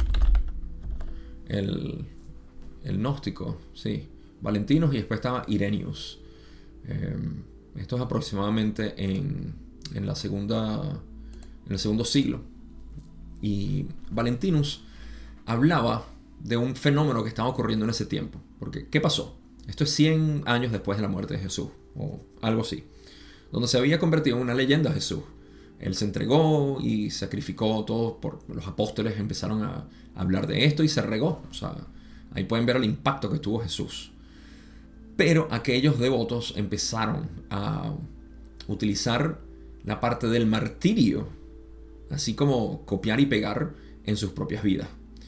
el El gnóstico, sí. Valentinus, y después estaba Irenaeus. Eh, esto es aproximadamente en, en, la segunda, en el segundo siglo. Y Valentinus hablaba de un fenómeno que estaba ocurriendo en ese tiempo. Porque, ¿qué pasó? Esto es cien años después de la muerte de Jesús, o algo así. Donde se había convertido en una leyenda Jesús. Él se entregó y sacrificó todo. Por, los apóstoles empezaron a hablar de esto y se regó. O sea... Ahí pueden ver el impacto que tuvo Jesús. Pero aquellos devotos empezaron a utilizar la parte del martirio así como copiar y pegar en sus propias vidas.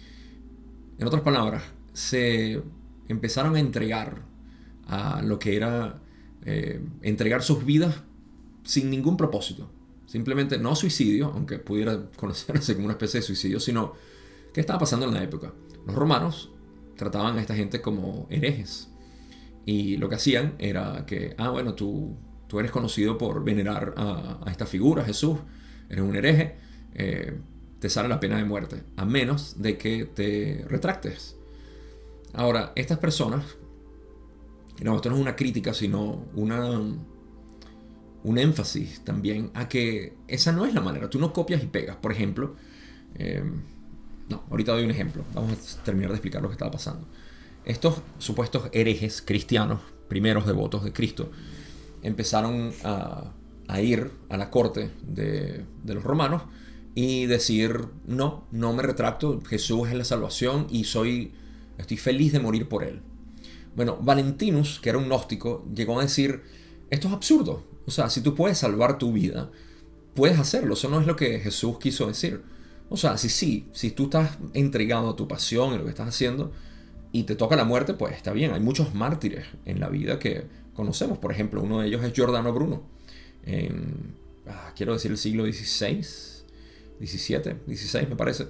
En otras palabras, se empezaron a entregar a lo que era eh, entregar sus vidas sin ningún propósito. Simplemente no suicidio, aunque pudiera conocerse como una especie de suicidio, sino ¿qué estaba pasando en la época? Los romanos trataban a esta gente como herejes. Y lo que hacían era que, ah, bueno, tú, tú eres conocido por venerar a, a esta figura, Jesús, eres un hereje, eh, te sale la pena de muerte, a menos de que te retractes. Ahora, estas personas, no, esto no es una crítica, sino una, un énfasis también a que esa no es la manera. Tú no copias y pegas. Por ejemplo, eh, no, ahorita doy un ejemplo. Vamos a terminar de explicar lo que estaba pasando. Estos supuestos herejes cristianos, primeros devotos de Cristo, empezaron a, a ir a la corte de, de los romanos y decir, no, no me retracto, Jesús es la salvación y soy, estoy feliz de morir por él. Bueno, Valentinus, que era un gnóstico, llegó a decir, esto es absurdo. O sea, si tú puedes salvar tu vida, puedes hacerlo. Eso no es lo que Jesús quiso decir. O sea, si sí, si tú estás entregado a tu pasión y lo que estás haciendo y te toca la muerte, pues está bien. Hay muchos mártires en la vida que conocemos. Por ejemplo, uno de ellos es Giordano Bruno. En, ah, quiero decir el siglo dieciséis, diecisiete, dieciséis me parece.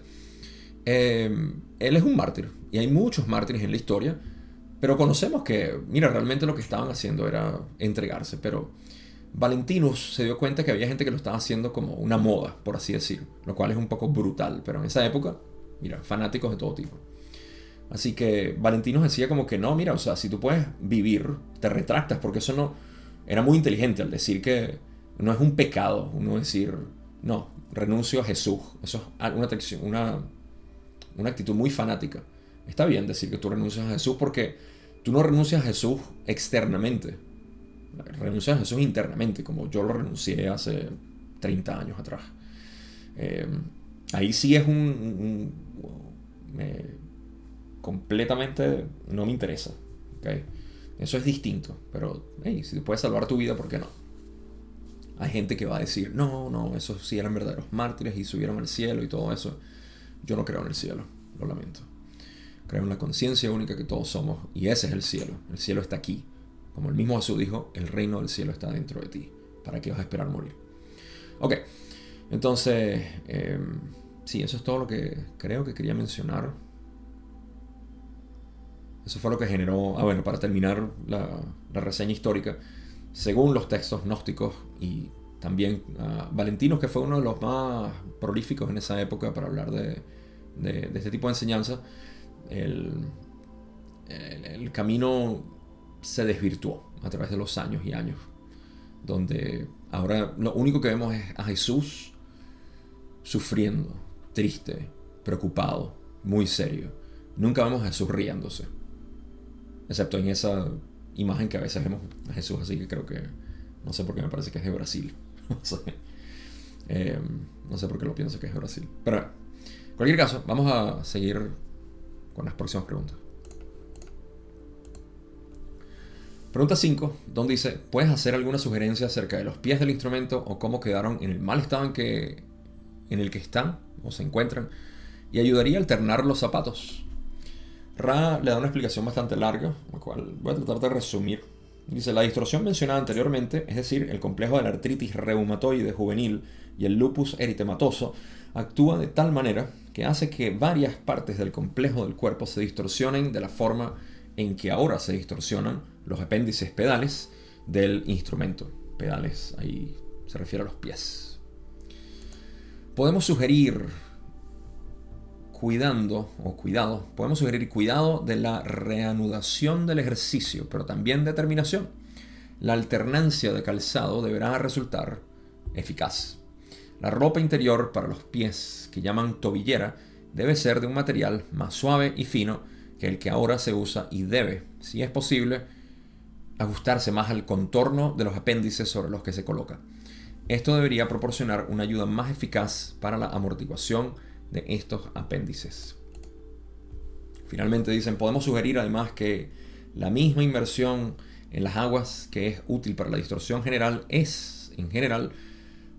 Eh, él es un mártir. Y hay muchos mártires en la historia. Pero conocemos que, mira, realmente lo que estaban haciendo era entregarse. Pero Valentinus se dio cuenta que había gente que lo estaba haciendo como una moda, por así decir. Lo cual es un poco brutal. Pero en esa época, mira, fanáticos de todo tipo. Así que Valentinus decía como que no, mira, o sea, si tú puedes vivir, te retractas, porque eso no... Era muy inteligente al decir que no es un pecado uno decir, no, renuncio a Jesús. Eso es una, una, una actitud muy fanática. Está bien decir que tú renuncias a Jesús porque tú no renuncias a Jesús externamente. Renuncias a Jesús internamente, como yo lo renuncié hace treinta años atrás. Eh, ahí sí es un... un, un eh, completamente no me interesa. ¿Okay? Eso es distinto. Pero, hey, si puedes salvar tu vida, ¿por qué no? Hay gente que va a decir, no, no, esos sí eran verdaderos mártires y subieron al cielo y todo eso. Yo no creo en el cielo, lo lamento. Creo en la conciencia única que todos somos y ese es el cielo. El cielo está aquí. Como el mismo Jesús dijo, el reino del cielo está dentro de ti. ¿Para qué vas a esperar morir? Ok, entonces, eh, sí, eso es todo lo que creo que quería mencionar. Eso fue lo que generó, ah bueno, para terminar la, la reseña histórica, según los textos gnósticos y también uh, Valentinus, que fue uno de los más prolíficos en esa época para hablar de, de, de este tipo de enseñanza, el, el, el camino se desvirtuó a través de los años y años, donde ahora lo único que vemos es a Jesús sufriendo, triste, preocupado, muy serio. Nunca vemos a Jesús riéndose. Excepto en esa imagen que a veces vemos a Jesús así, que creo que... No sé por qué me parece que es de Brasil. No sé, eh, no sé por qué lo pienso que es de Brasil. Pero en cualquier caso, vamos a seguir con las próximas preguntas. Pregunta cinco, donde dice, ¿puedes hacer alguna sugerencia acerca de los pies del instrumento o cómo quedaron en el mal estado en, que, en el que están o se encuentran? Y ayudaría a alternar los zapatos. Ra le da una explicación bastante larga, la cual voy a tratar de resumir. Dice, la distorsión mencionada anteriormente, es decir, el complejo de la artritis reumatoide juvenil y el lupus eritematoso, actúa de tal manera que hace que varias partes del complejo del cuerpo se distorsionen de la forma en que ahora se distorsionan los apéndices pedales del instrumento. Pedales, ahí se refiere a los pies. Podemos sugerir... cuidando o cuidado, podemos sugerir cuidado de la reanudación del ejercicio, pero también determinación. La alternancia de calzado deberá resultar eficaz. La ropa interior para los pies, que llaman tobillera, debe ser de un material más suave y fino que el que ahora se usa y debe, si es posible, ajustarse más al contorno de los apéndices sobre los que se coloca. Esto debería proporcionar una ayuda más eficaz para la amortiguación de estos apéndices. Finalmente dicen, podemos sugerir además que la misma inmersión en las aguas que es útil para la distorsión general es, en general,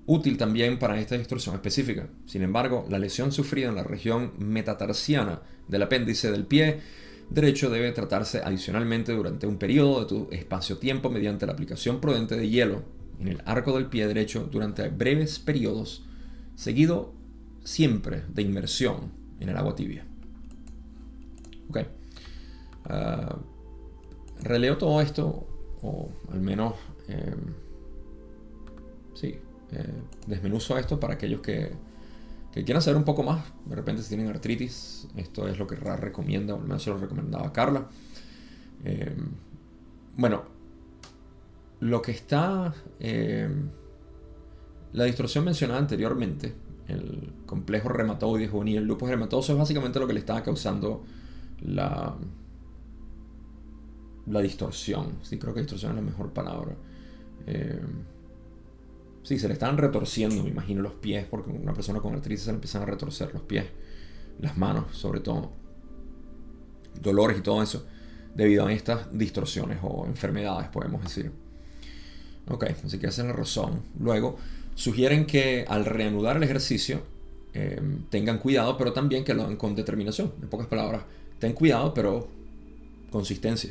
útil también para esta distorsión específica. Sin embargo, la lesión sufrida en la región metatarsiana del apéndice del pie derecho debe tratarse adicionalmente durante un periodo de tu espacio-tiempo mediante la aplicación prudente de hielo en el arco del pie derecho durante breves periodos, seguido siempre de inmersión en el agua tibia. Ok. Uh, releo todo esto, o al menos eh, sí, eh, desmenuzo esto para aquellos que, que quieran saber un poco más. De repente, si tienen artritis, esto es lo que Ra recomienda, o al menos se lo recomendaba a Carla. Eh, bueno, lo que está, eh, la distorsión mencionada anteriormente, el complejo reumatoide juvenil, el lupus eritematoso, es básicamente lo que le estaba causando la, la distorsión. Sí, creo que distorsión es la mejor palabra. Eh, sí, se le estaban retorciendo, me imagino, los pies, porque una persona con artritis se le empiezan a retorcer los pies, las manos, sobre todo. Dolores y todo eso, debido a estas distorsiones o enfermedades, podemos decir. Ok, así que esa es la razón. Luego, sugieren que al reanudar el ejercicio eh, tengan cuidado, pero también que lo hagan con determinación. En pocas palabras, ten cuidado, pero consistencia.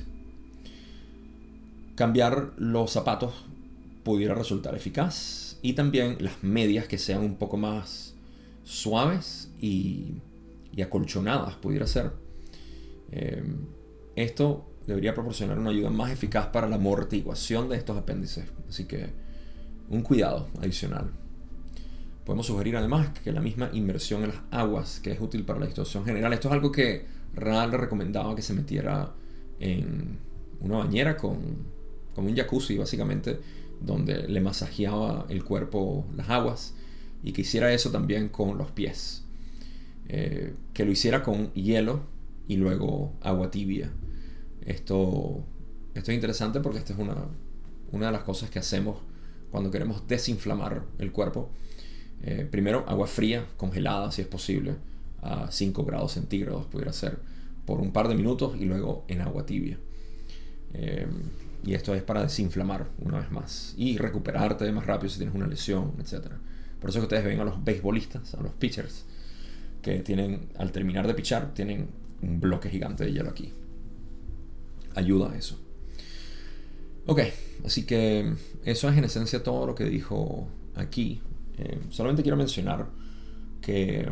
Cambiar los zapatos pudiera resultar eficaz, y también las medias que sean un poco más suaves y, y acolchonadas pudiera ser. Eh, esto debería proporcionar una ayuda más eficaz para la amortiguación de estos apéndices, así que un cuidado adicional. Podemos sugerir además que la misma inmersión en las aguas, que es útil para la distorsión general. Esto es algo que Ra le recomendaba, que se metiera en una bañera con, con un jacuzzi, básicamente, donde le masajeaba el cuerpo las aguas, y que hiciera eso también con los pies. Eh, que lo hiciera con hielo y luego agua tibia. Esto, esto es interesante porque esta es una, una de las cosas que hacemos cuando queremos desinflamar el cuerpo. Eh, primero, agua fría, congelada si es posible, a cinco grados centígrados pudiera ser, por un par de minutos, y luego en agua tibia. Eh, y esto es para desinflamar una vez más y recuperarte más rápido si tienes una lesión, etcétera. Por eso es que ustedes ven a los beisbolistas, a los pitchers, que tienen, al terminar de pichar, tienen un bloque gigante de hielo aquí. Ayuda a eso. Ok, así que eso es en esencia todo lo que dijo aquí. Eh, solamente quiero mencionar que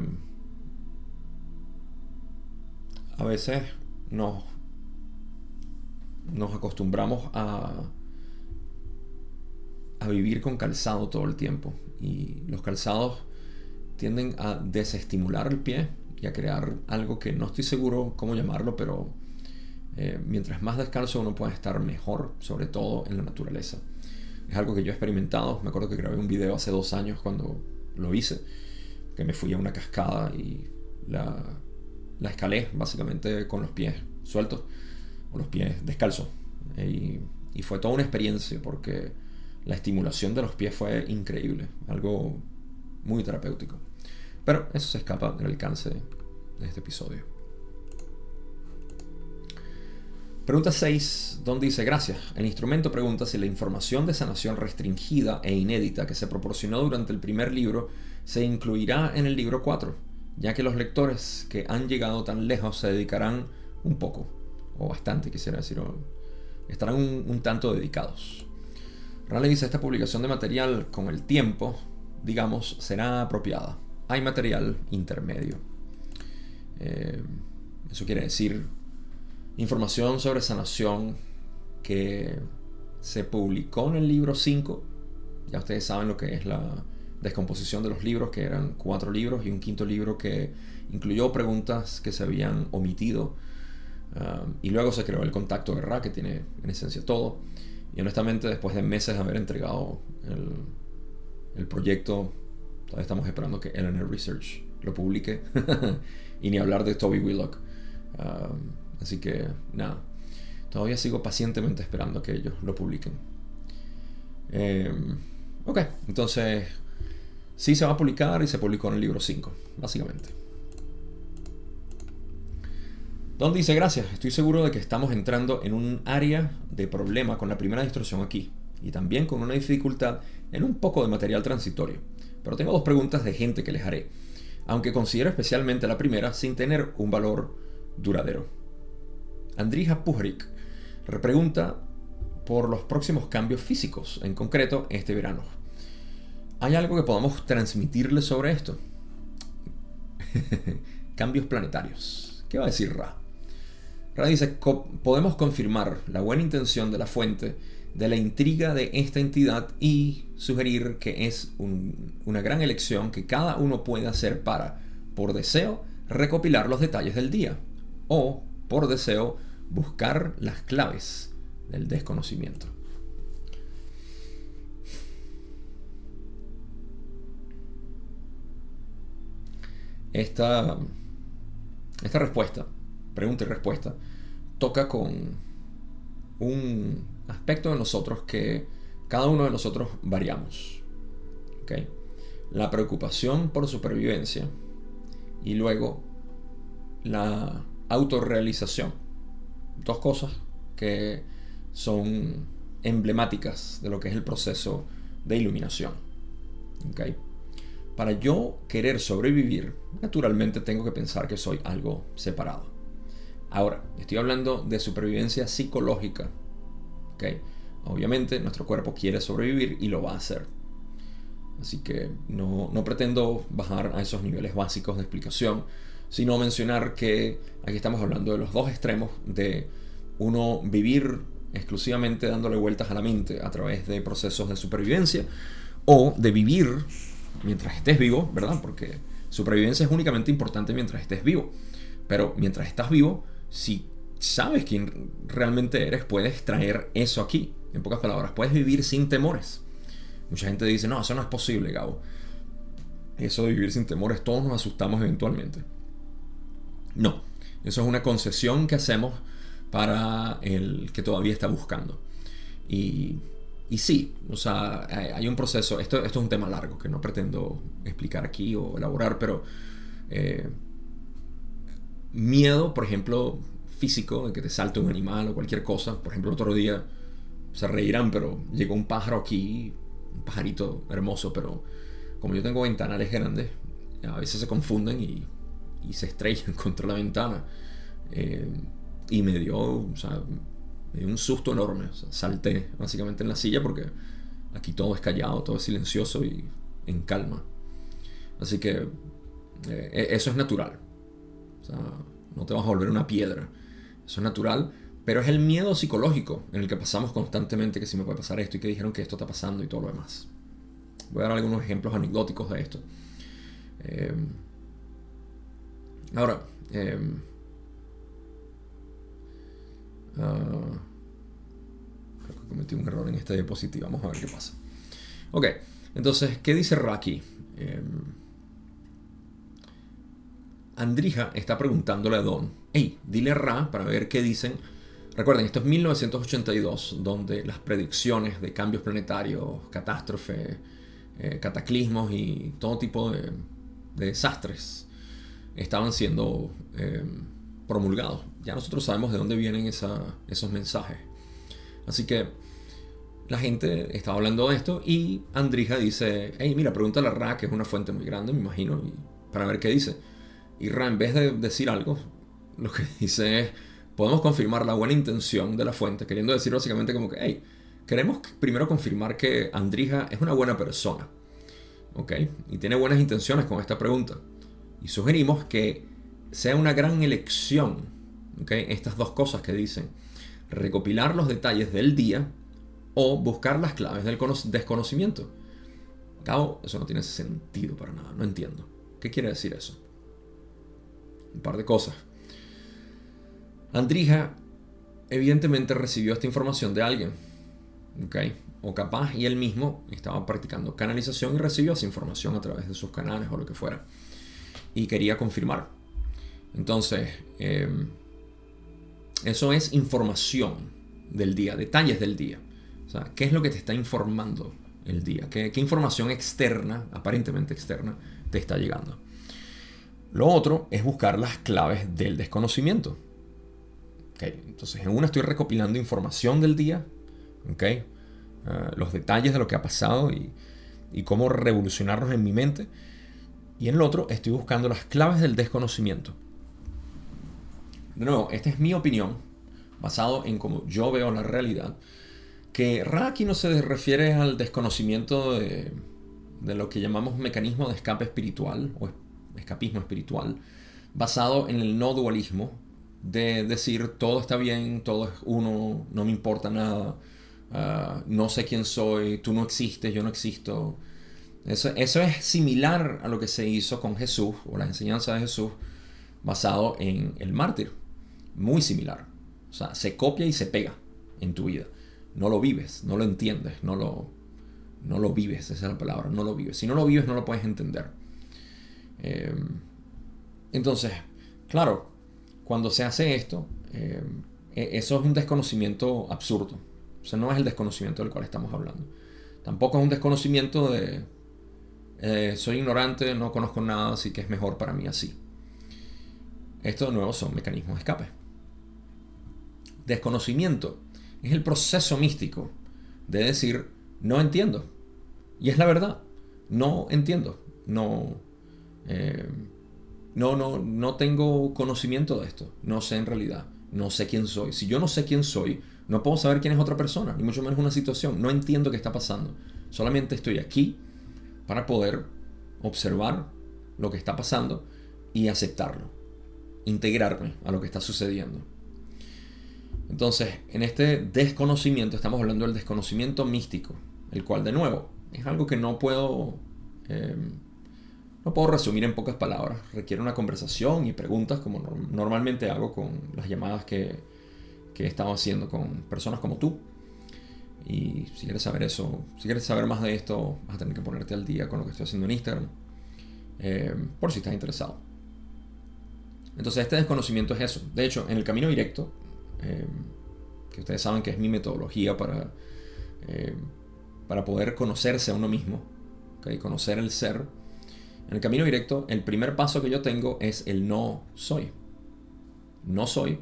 a veces nos, nos acostumbramos a, a vivir con calzado todo el tiempo, y los calzados tienden a desestimular el pie y a crear algo que no estoy seguro cómo llamarlo, pero eh, mientras más descalzo uno puede estar mejor, sobre todo en la naturaleza. Es algo que yo he experimentado. Me acuerdo que grabé un video hace dos años cuando lo hice, que me fui a una cascada y la, la escalé básicamente con los pies sueltos, o los pies descalzos, y, y fue toda una experiencia porque la estimulación de los pies fue increíble, algo muy terapéutico. Pero eso se escapa del alcance de este episodio. Pregunta seis, donde dice: gracias. El instrumento pregunta si la información de sanación restringida e inédita que se proporcionó durante el primer libro se incluirá en el libro cuatro, ya que los lectores que han llegado tan lejos se dedicarán un poco, o bastante quisiera decir, o estarán un, un tanto dedicados. Raleigh dice: esta publicación de material con el tiempo, digamos, será apropiada. Hay material intermedio. Eh, eso quiere decir información sobre sanación que se publicó en el libro cinco. Ya ustedes saben lo que es la descomposición de los libros, que eran cuatro libros y un quinto libro que incluyó preguntas que se habían omitido. Um, y luego se creó el contacto de Ra, que tiene en esencia todo. Y honestamente, después de meses de haber entregado el, el proyecto, todavía estamos esperando que L N R Research lo publique. Y ni hablar de Toby Willock. Um, así que nada, todavía sigo pacientemente esperando que ellos lo publiquen. Eh, ok, entonces sí se va a publicar, y se publicó en el libro cinco, básicamente. Don dice: gracias, estoy seguro de que estamos entrando en un área de problema con la primera distorsión aquí, y también con una dificultad en un poco de material transitorio. pero tengo dos preguntas de gente que les haré, aunque considero especialmente la primera sin tener un valor duradero. Andrija Puhrik repregunta por los próximos cambios físicos, en concreto este verano. ¿Hay algo que podamos transmitirle sobre esto? Cambios planetarios. ¿Qué va a decir Ra? Ra dice, podemos confirmar la buena intención de la fuente de la intriga de esta entidad y sugerir que es un, una gran elección que cada uno puede hacer para, por deseo, recopilar los detalles del día o, por deseo, buscar las claves del desconocimiento. Esta, esta respuesta, pregunta y respuesta, toca con un aspecto de nosotros que cada uno de nosotros variamos. ¿Okay? La preocupación por supervivencia y luego la autorrealización. Dos cosas que son emblemáticas de lo que es el proceso de iluminación. ¿Okay? Para yo querer sobrevivir, naturalmente tengo que pensar que soy algo separado. Ahora, estoy hablando de supervivencia psicológica. ¿Okay? Obviamente, nuestro cuerpo quiere sobrevivir y lo va a hacer. Así que no, no pretendo bajar a esos niveles básicos de explicación, sino mencionar que aquí estamos hablando de los dos extremos de uno vivir exclusivamente dándole vueltas a la mente a través de procesos de supervivencia, o de vivir mientras estés vivo, ¿verdad? Porque supervivencia es únicamente importante mientras estés vivo. Pero mientras estás vivo, si sabes quién realmente eres, puedes traer eso aquí. En pocas palabras, puedes vivir sin temores. Mucha gente dice, no, eso no es posible, Gabo. Eso de vivir sin temores, todos nos asustamos eventualmente. No, eso es una concesión que hacemos para el que todavía está buscando. Y, y sí, o sea, hay un proceso, esto, esto es un tema largo que no pretendo explicar aquí o elaborar, pero eh, miedo, por ejemplo, físico, de que te salte un animal o cualquier cosa. Por ejemplo, el otro día se reirán, pero llegó un pájaro aquí, un pajarito hermoso, pero como yo tengo ventanales grandes, a veces se confunden y, y se estrellan contra la ventana. Eh, y me dio, o sea, me dio un susto enorme. O sea, salté básicamente en la silla porque aquí todo es callado, todo es silencioso y en calma. Así que eh, eso es natural. O sea, no te vas a volver una piedra. Eso es natural, pero es el miedo psicológico en el que pasamos constantemente, que si me puede pasar esto y que dijeron que esto está pasando y todo lo demás. Voy a dar algunos ejemplos anecdóticos de esto. Eh, ahora, eh, uh, creo que cometí un error en esta diapositiva. Vamos a ver qué pasa. Ok, entonces, ¿qué dice Raki? Eh, Andrija está preguntándole a Don, hey, dile a Ra para ver qué dicen. Recuerden, esto es mil novecientos ochenta y dos, donde las predicciones de cambios planetarios, catástrofes, eh, cataclismos y todo tipo de, de desastres estaban siendo eh, promulgados. Ya nosotros sabemos de dónde vienen esa, esos mensajes. Así que la gente estaba hablando de esto y Andrija dice, hey, mira, pregúntale a Ra, que es una fuente muy grande, me imagino, y para ver qué dice. Y Ra, en vez de decir algo, lo que dice es, podemos confirmar la buena intención de la fuente, queriendo decir básicamente como que, hey, queremos primero confirmar que Andrija es una buena persona, ¿ok? Y tiene buenas intenciones con esta pregunta. Y sugerimos que sea una gran elección, ¿ok? Estas dos cosas que dicen, recopilar los detalles del día o buscar las claves del desconocimiento. Cabo, eso no tiene sentido para nada, no entiendo. ¿Qué quiere decir eso? Un par de cosas. Andrija evidentemente recibió esta información de alguien, ¿ok? O capaz y él mismo estaba practicando canalización y recibió esa información a través de sus canales o lo que fuera y quería confirmar. Entonces eh, eso es información del día, detalles del día. O sea, ¿qué es lo que te está informando el día? ¿Qué, qué información externa, aparentemente externa, te está llegando? Lo otro es buscar las claves del desconocimiento. Okay, entonces en una estoy recopilando información del día, okay, uh, los detalles de lo que ha pasado y y cómo revolucionarnos en mi mente. Y en el otro estoy buscando las claves del desconocimiento. De nuevo, esta es mi opinión, basado en cómo yo veo la realidad, que Ra aquí no se refiere al desconocimiento de, de lo que llamamos mecanismo de escape espiritual o escapismo espiritual, basado en el no dualismo, de decir todo está bien, todo es uno, no me importa nada, uh, no sé quién soy, tú no existes, yo no existo. Eso, eso es similar a lo que se hizo con Jesús, o la enseñanza de Jesús, basado en el mártir. Muy similar. O sea, se copia y se pega en tu vida. No lo vives, no lo entiendes, no lo, no lo vives, esa es la palabra, no lo vives. Si no lo vives, no lo puedes entender. Eh, entonces, claro, cuando se hace esto, eh, eso es un desconocimiento absurdo. O sea, no es el desconocimiento del cual estamos hablando. Tampoco es un desconocimiento de eh, soy ignorante, no conozco nada, así que es mejor para mí así. Esto de nuevo son mecanismos de escape. Desconocimiento es el proceso místico de decir no entiendo. Y es la verdad, no entiendo. No, eh, no, no, no tengo conocimiento de esto. No sé en realidad. No sé quién soy. Si yo no sé quién soy, no puedo saber quién es otra persona, ni mucho menos una situación. No entiendo qué está pasando. Solamente estoy aquí para poder observar lo que está pasando y aceptarlo. Integrarme a lo que está sucediendo. Entonces, en este desconocimiento estamos hablando del desconocimiento místico, el cual, de nuevo, es algo que no puedo eh, no puedo resumir en pocas palabras. Requiere una conversación y preguntas, como no, normalmente hago con las llamadas que, que he estado haciendo con personas como tú. Y si quieres saber eso, si quieres saber más de esto, vas a tener que ponerte al día con lo que estoy haciendo en Instagram, eh, por si estás interesado. Entonces, este desconocimiento es eso. De hecho, en el camino directo, eh, que ustedes saben que es mi metodología para, eh, para poder conocerse a uno mismo, ¿okay? Conocer el ser. En el camino directo, el primer paso que yo tengo es el no soy. No soy.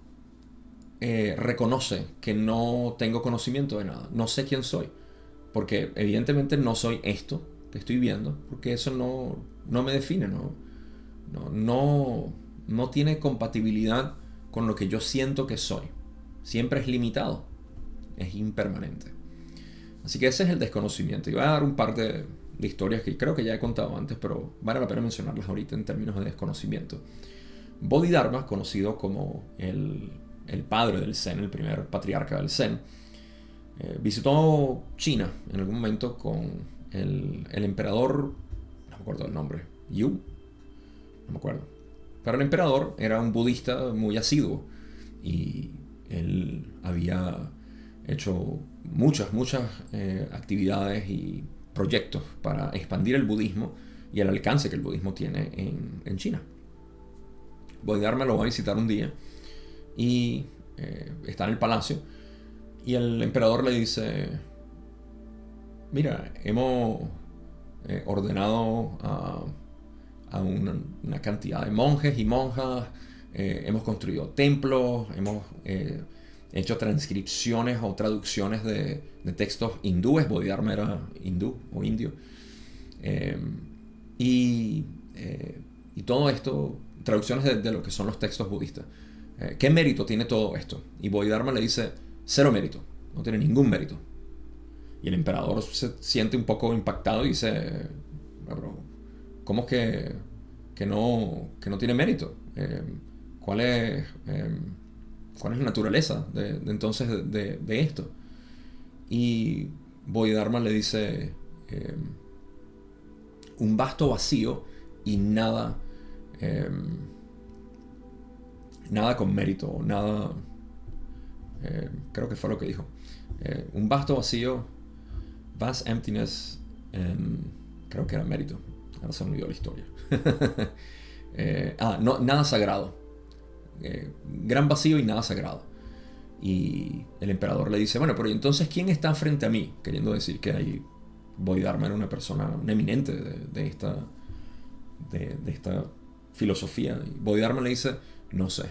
Eh, reconoce que no tengo conocimiento de nada. No sé quién soy. Porque evidentemente no soy esto que estoy viendo. Porque eso no, no me define. No, no, no, no tiene compatibilidad con lo que yo siento que soy. Siempre es limitado. Es impermanente. Así que ese es el desconocimiento. Y voy a dar un par de, de historias que creo que ya he contado antes, pero vale la pena mencionarlas ahorita en términos de desconocimiento. Bodhidharma, conocido como el, el padre del Zen, el primer patriarca del Zen, eh, visitó China en algún momento con el, el emperador, no me acuerdo el nombre, Yu, no me acuerdo. Pero el emperador era un budista muy asiduo y él había hecho muchas, muchas eh, actividades y proyectos para expandir el budismo y el alcance que el budismo tiene en, en China. Bodhidharma lo va a visitar un día y eh, está en el palacio y el emperador le dice: mira, hemos eh, ordenado a, a una, una cantidad de monjes y monjas, eh, hemos construido templos, hemos eh, hecho transcripciones o traducciones de, de textos hindúes. Bodhidharma era hindú o indio, eh, y, eh, y todo esto, traducciones de, de lo que son los textos budistas. Eh, ¿Qué mérito tiene todo esto? Y Bodhidharma le dice: cero mérito, no tiene ningún mérito. Y el emperador se siente un poco impactado y dice: ¿cómo es que, que, no, que no tiene mérito? Eh, ¿cuál, es, eh, ¿Cuál es la naturaleza de, de entonces de, de, de esto? Y Bodhidharma le dice: eh, un vasto vacío y nada eh, nada con mérito, nada, eh, creo que fue lo que dijo, eh, un vasto vacío, vast emptiness, um, creo que era mérito, ahora se me olvidó la historia. eh, ah, no, nada sagrado, eh, gran vacío y nada sagrado. Y el emperador le dice: bueno, pero entonces ¿quién está frente a mí? Queriendo decir que ahí Bodhidharma era una persona, un eminente de, de esta de, de esta filosofía. Y Bodhidharma le dice: no sé.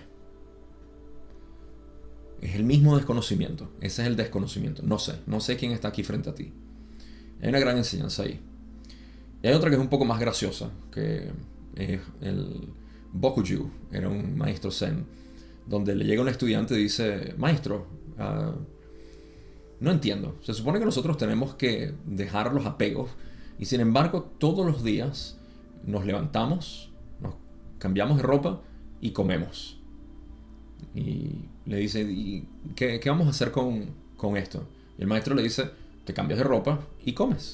Es el mismo desconocimiento. Ese es el desconocimiento. No sé. No sé quién está aquí frente a ti. Hay una gran enseñanza ahí. Y hay otra que es un poco más graciosa, que es el Bokuju, era un maestro zen, donde le llega un estudiante y dice, maestro, uh, no entiendo, se supone que nosotros tenemos que dejar los apegos y sin embargo todos los días nos levantamos, nos cambiamos de ropa y comemos. Y le dice, ¿y qué, qué vamos a hacer con, con esto? Y el maestro le dice, te cambias de ropa y comes.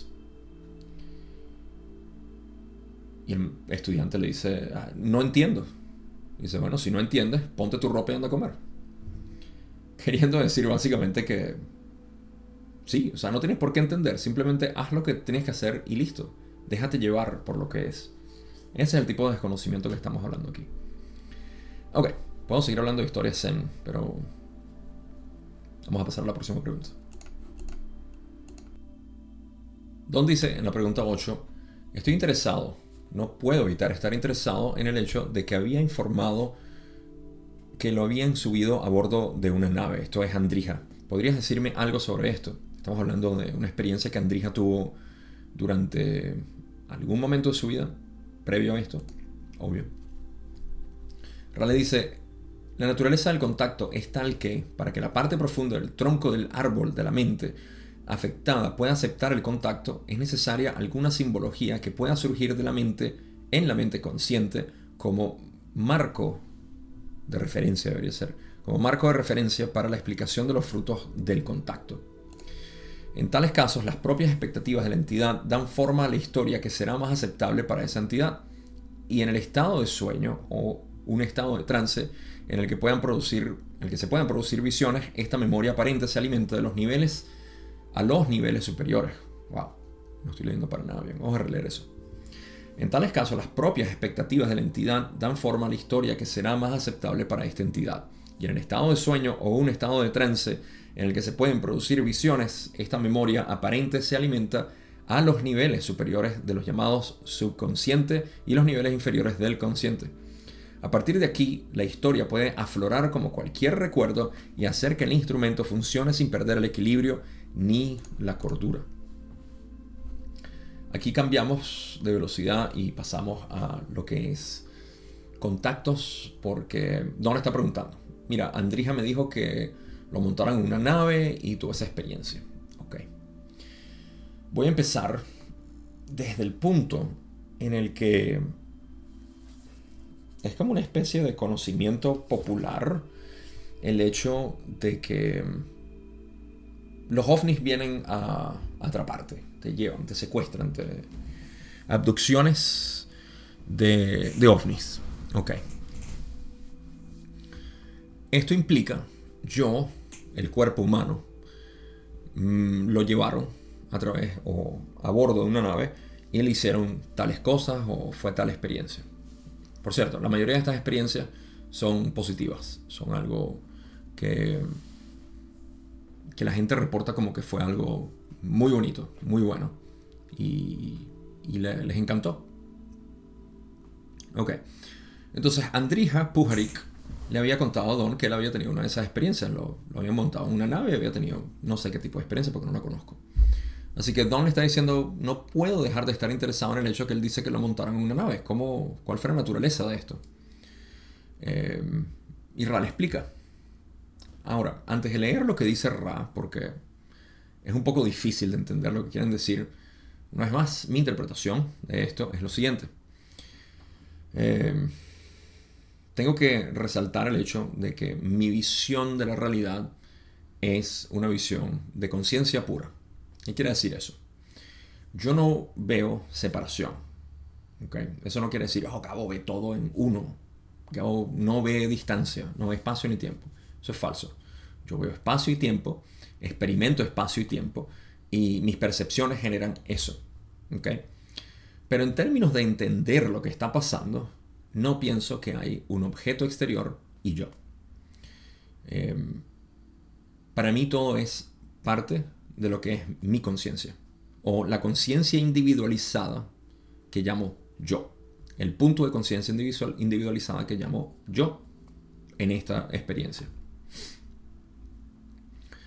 Y el estudiante le dice, ah, no entiendo. Y dice, bueno, si no entiendes, ponte tu ropa y anda a comer. Queriendo decir básicamente que sí, o sea, no tienes por qué entender, simplemente haz lo que tienes que hacer y listo. Déjate llevar por lo que es. Ese es el tipo de desconocimiento que estamos hablando aquí. Ok, podemos seguir hablando de historias zen, pero vamos a pasar a la próxima pregunta. Don dice en la pregunta ocho, estoy interesado, no puedo evitar estar interesado en el hecho de que había informado que lo habían subido a bordo de una nave. Esto es Andrija. ¿Podrías decirme algo sobre esto? Estamos hablando de una experiencia que Andrija tuvo durante algún momento de su vida, previo a esto, obvio. Rale dice, la naturaleza del contacto es tal que, para que la parte profunda del tronco del árbol de la mente afectada pueda aceptar el contacto, es necesaria alguna simbología que pueda surgir de la mente, en la mente consciente, como marco de referencia, debería ser, como marco de referencia para la explicación de los frutos del contacto. En tales casos, las propias expectativas de la entidad dan forma a la historia que será más aceptable para esa entidad. Y en el estado de sueño o un estado de trance en el que, puedan producir, en el que se puedan producir visiones, esta memoria aparente se alimenta de los niveles a los niveles superiores. Wow, no estoy leyendo para nada bien, vamos a releer eso. En tales casos, las propias expectativas de la entidad dan forma a la historia que será más aceptable para esta entidad. Y en el estado de sueño o un estado de trance en el que se pueden producir visiones, esta memoria aparente se alimenta a los niveles superiores de los llamados subconsciente y los niveles inferiores del consciente. A partir de aquí, la historia puede aflorar como cualquier recuerdo y hacer que el instrumento funcione sin perder el equilibrio ni la cordura. Aquí cambiamos de velocidad y pasamos a lo que es contactos, porque Don está preguntando. Mira, Andrija me dijo que lo montaron en una nave y tuvo esa experiencia. Ok. Voy a empezar desde el punto en el que es como una especie de conocimiento popular el hecho de que los ovnis vienen a atraparte, te llevan, te secuestran, te... abducciones de, de ovnis. Ok. Esto implica, yo, el cuerpo humano, mmm, lo llevaron a través o a bordo de una nave y le hicieron tales cosas o fue tal experiencia. Por cierto, la mayoría de estas experiencias son positivas, son algo que, que la gente reporta como que fue algo muy bonito, muy bueno y, y le, les encantó. Ok, entonces Andrija Puharich le había contado a Don que él había tenido una de esas experiencias, lo, lo habían montado en una nave y había tenido no sé qué tipo de experiencia porque no la conozco. Así que Don le está diciendo, no puedo dejar de estar interesado en el hecho que él dice que lo montaron en una nave. ¿Cómo, ¿Cuál fue la naturaleza de esto? Eh, y Ra le explica. Ahora, antes de leer lo que dice Ra, porque es un poco difícil de entender lo que quieren decir, una vez más, mi interpretación de esto es lo siguiente. Eh, tengo que resaltar el hecho de que mi visión de la realidad es una visión de conciencia pura. ¿Qué quiere decir eso? Yo no veo separación. ¿Okay? Eso no quiere decir, oh, Gabo ve todo en uno. Gabo no ve distancia, no ve espacio ni tiempo. Eso es falso. Yo veo espacio y tiempo, experimento espacio y tiempo, y mis percepciones generan eso. ¿Okay? Pero en términos de entender lo que está pasando, no pienso que hay un objeto exterior y yo. Eh, para mí todo es parte de lo que es mi conciencia o la conciencia individualizada que llamo yo, el punto de conciencia individualizada que llamo yo en esta experiencia.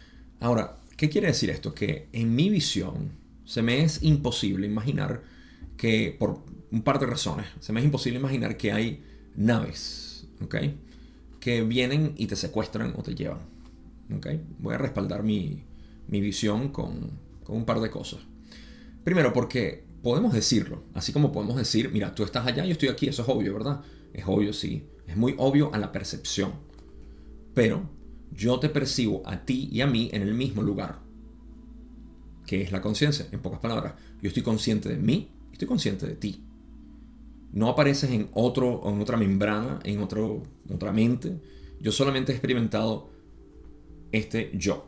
Ahora, ¿qué quiere decir esto? Que en mi visión se me es imposible imaginar que por un par de razones se me es imposible imaginar que hay naves, ¿ok?, que vienen y te secuestran o te llevan, ¿ok? Voy a respaldar mi, mi visión con, con un par de cosas. Primero, porque podemos decirlo, así como podemos decir, mira, tú estás allá, yo estoy aquí, eso es obvio, ¿verdad? Es obvio, sí, es muy obvio a la percepción, pero yo te percibo a ti y a mí en el mismo lugar, que es la conciencia. En pocas palabras, yo estoy consciente de mí, estoy consciente de ti. No apareces en, otro, en otra membrana, en otro, otra mente. Yo solamente he experimentado este yo.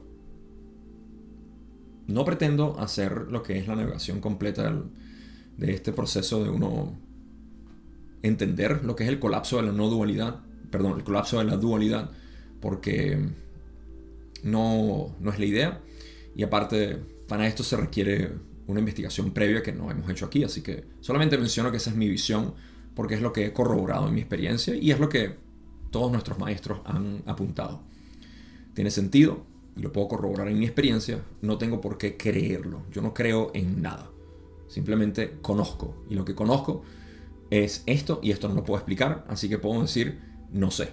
No pretendo hacer lo que es la navegación completa del, de este proceso de uno entender lo que es el colapso de la no dualidad, perdón, el colapso de la dualidad, porque no, no es la idea. Y aparte, para esto se requiere una investigación previa que no hemos hecho aquí, así que solamente menciono que esa es mi visión porque es lo que he corroborado en mi experiencia y es lo que todos nuestros maestros han apuntado. Tiene sentido y lo puedo corroborar en mi experiencia, no tengo por qué creerlo, yo no creo en nada, simplemente conozco y lo que conozco es esto y esto no lo puedo explicar, así que puedo decir no sé.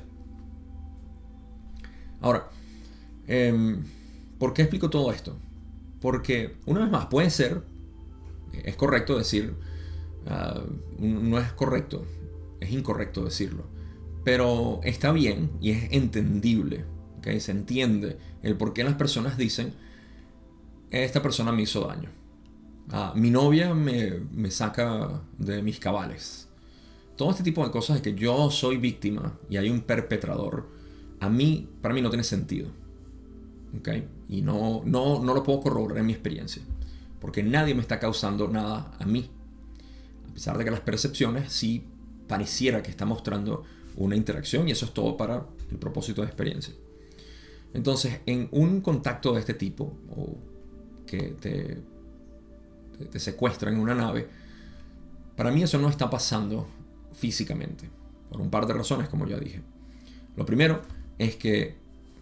Ahora, eh, ¿por qué explico todo esto? Porque, una vez más, puede ser, es correcto decir, uh, no es correcto, es incorrecto decirlo, pero está bien y es entendible, ¿okay? Se entiende el por qué las personas dicen, esta persona me hizo daño, uh, mi novia me, me saca de mis cabales. Todo este tipo de cosas de que yo soy víctima y hay un perpetrador, a mí, para mí no tiene sentido. ¿Okay? Y no, no, no lo puedo corroborar en mi experiencia, porque nadie me está causando nada a mí, a pesar de que las percepciones sí pareciera que está mostrando una interacción, y eso es todo para el propósito de experiencia. Entonces, en un contacto de este tipo, o que te, te, te secuestran en una nave, para mí eso no está pasando físicamente, por un par de razones, como ya dije. Lo primero es que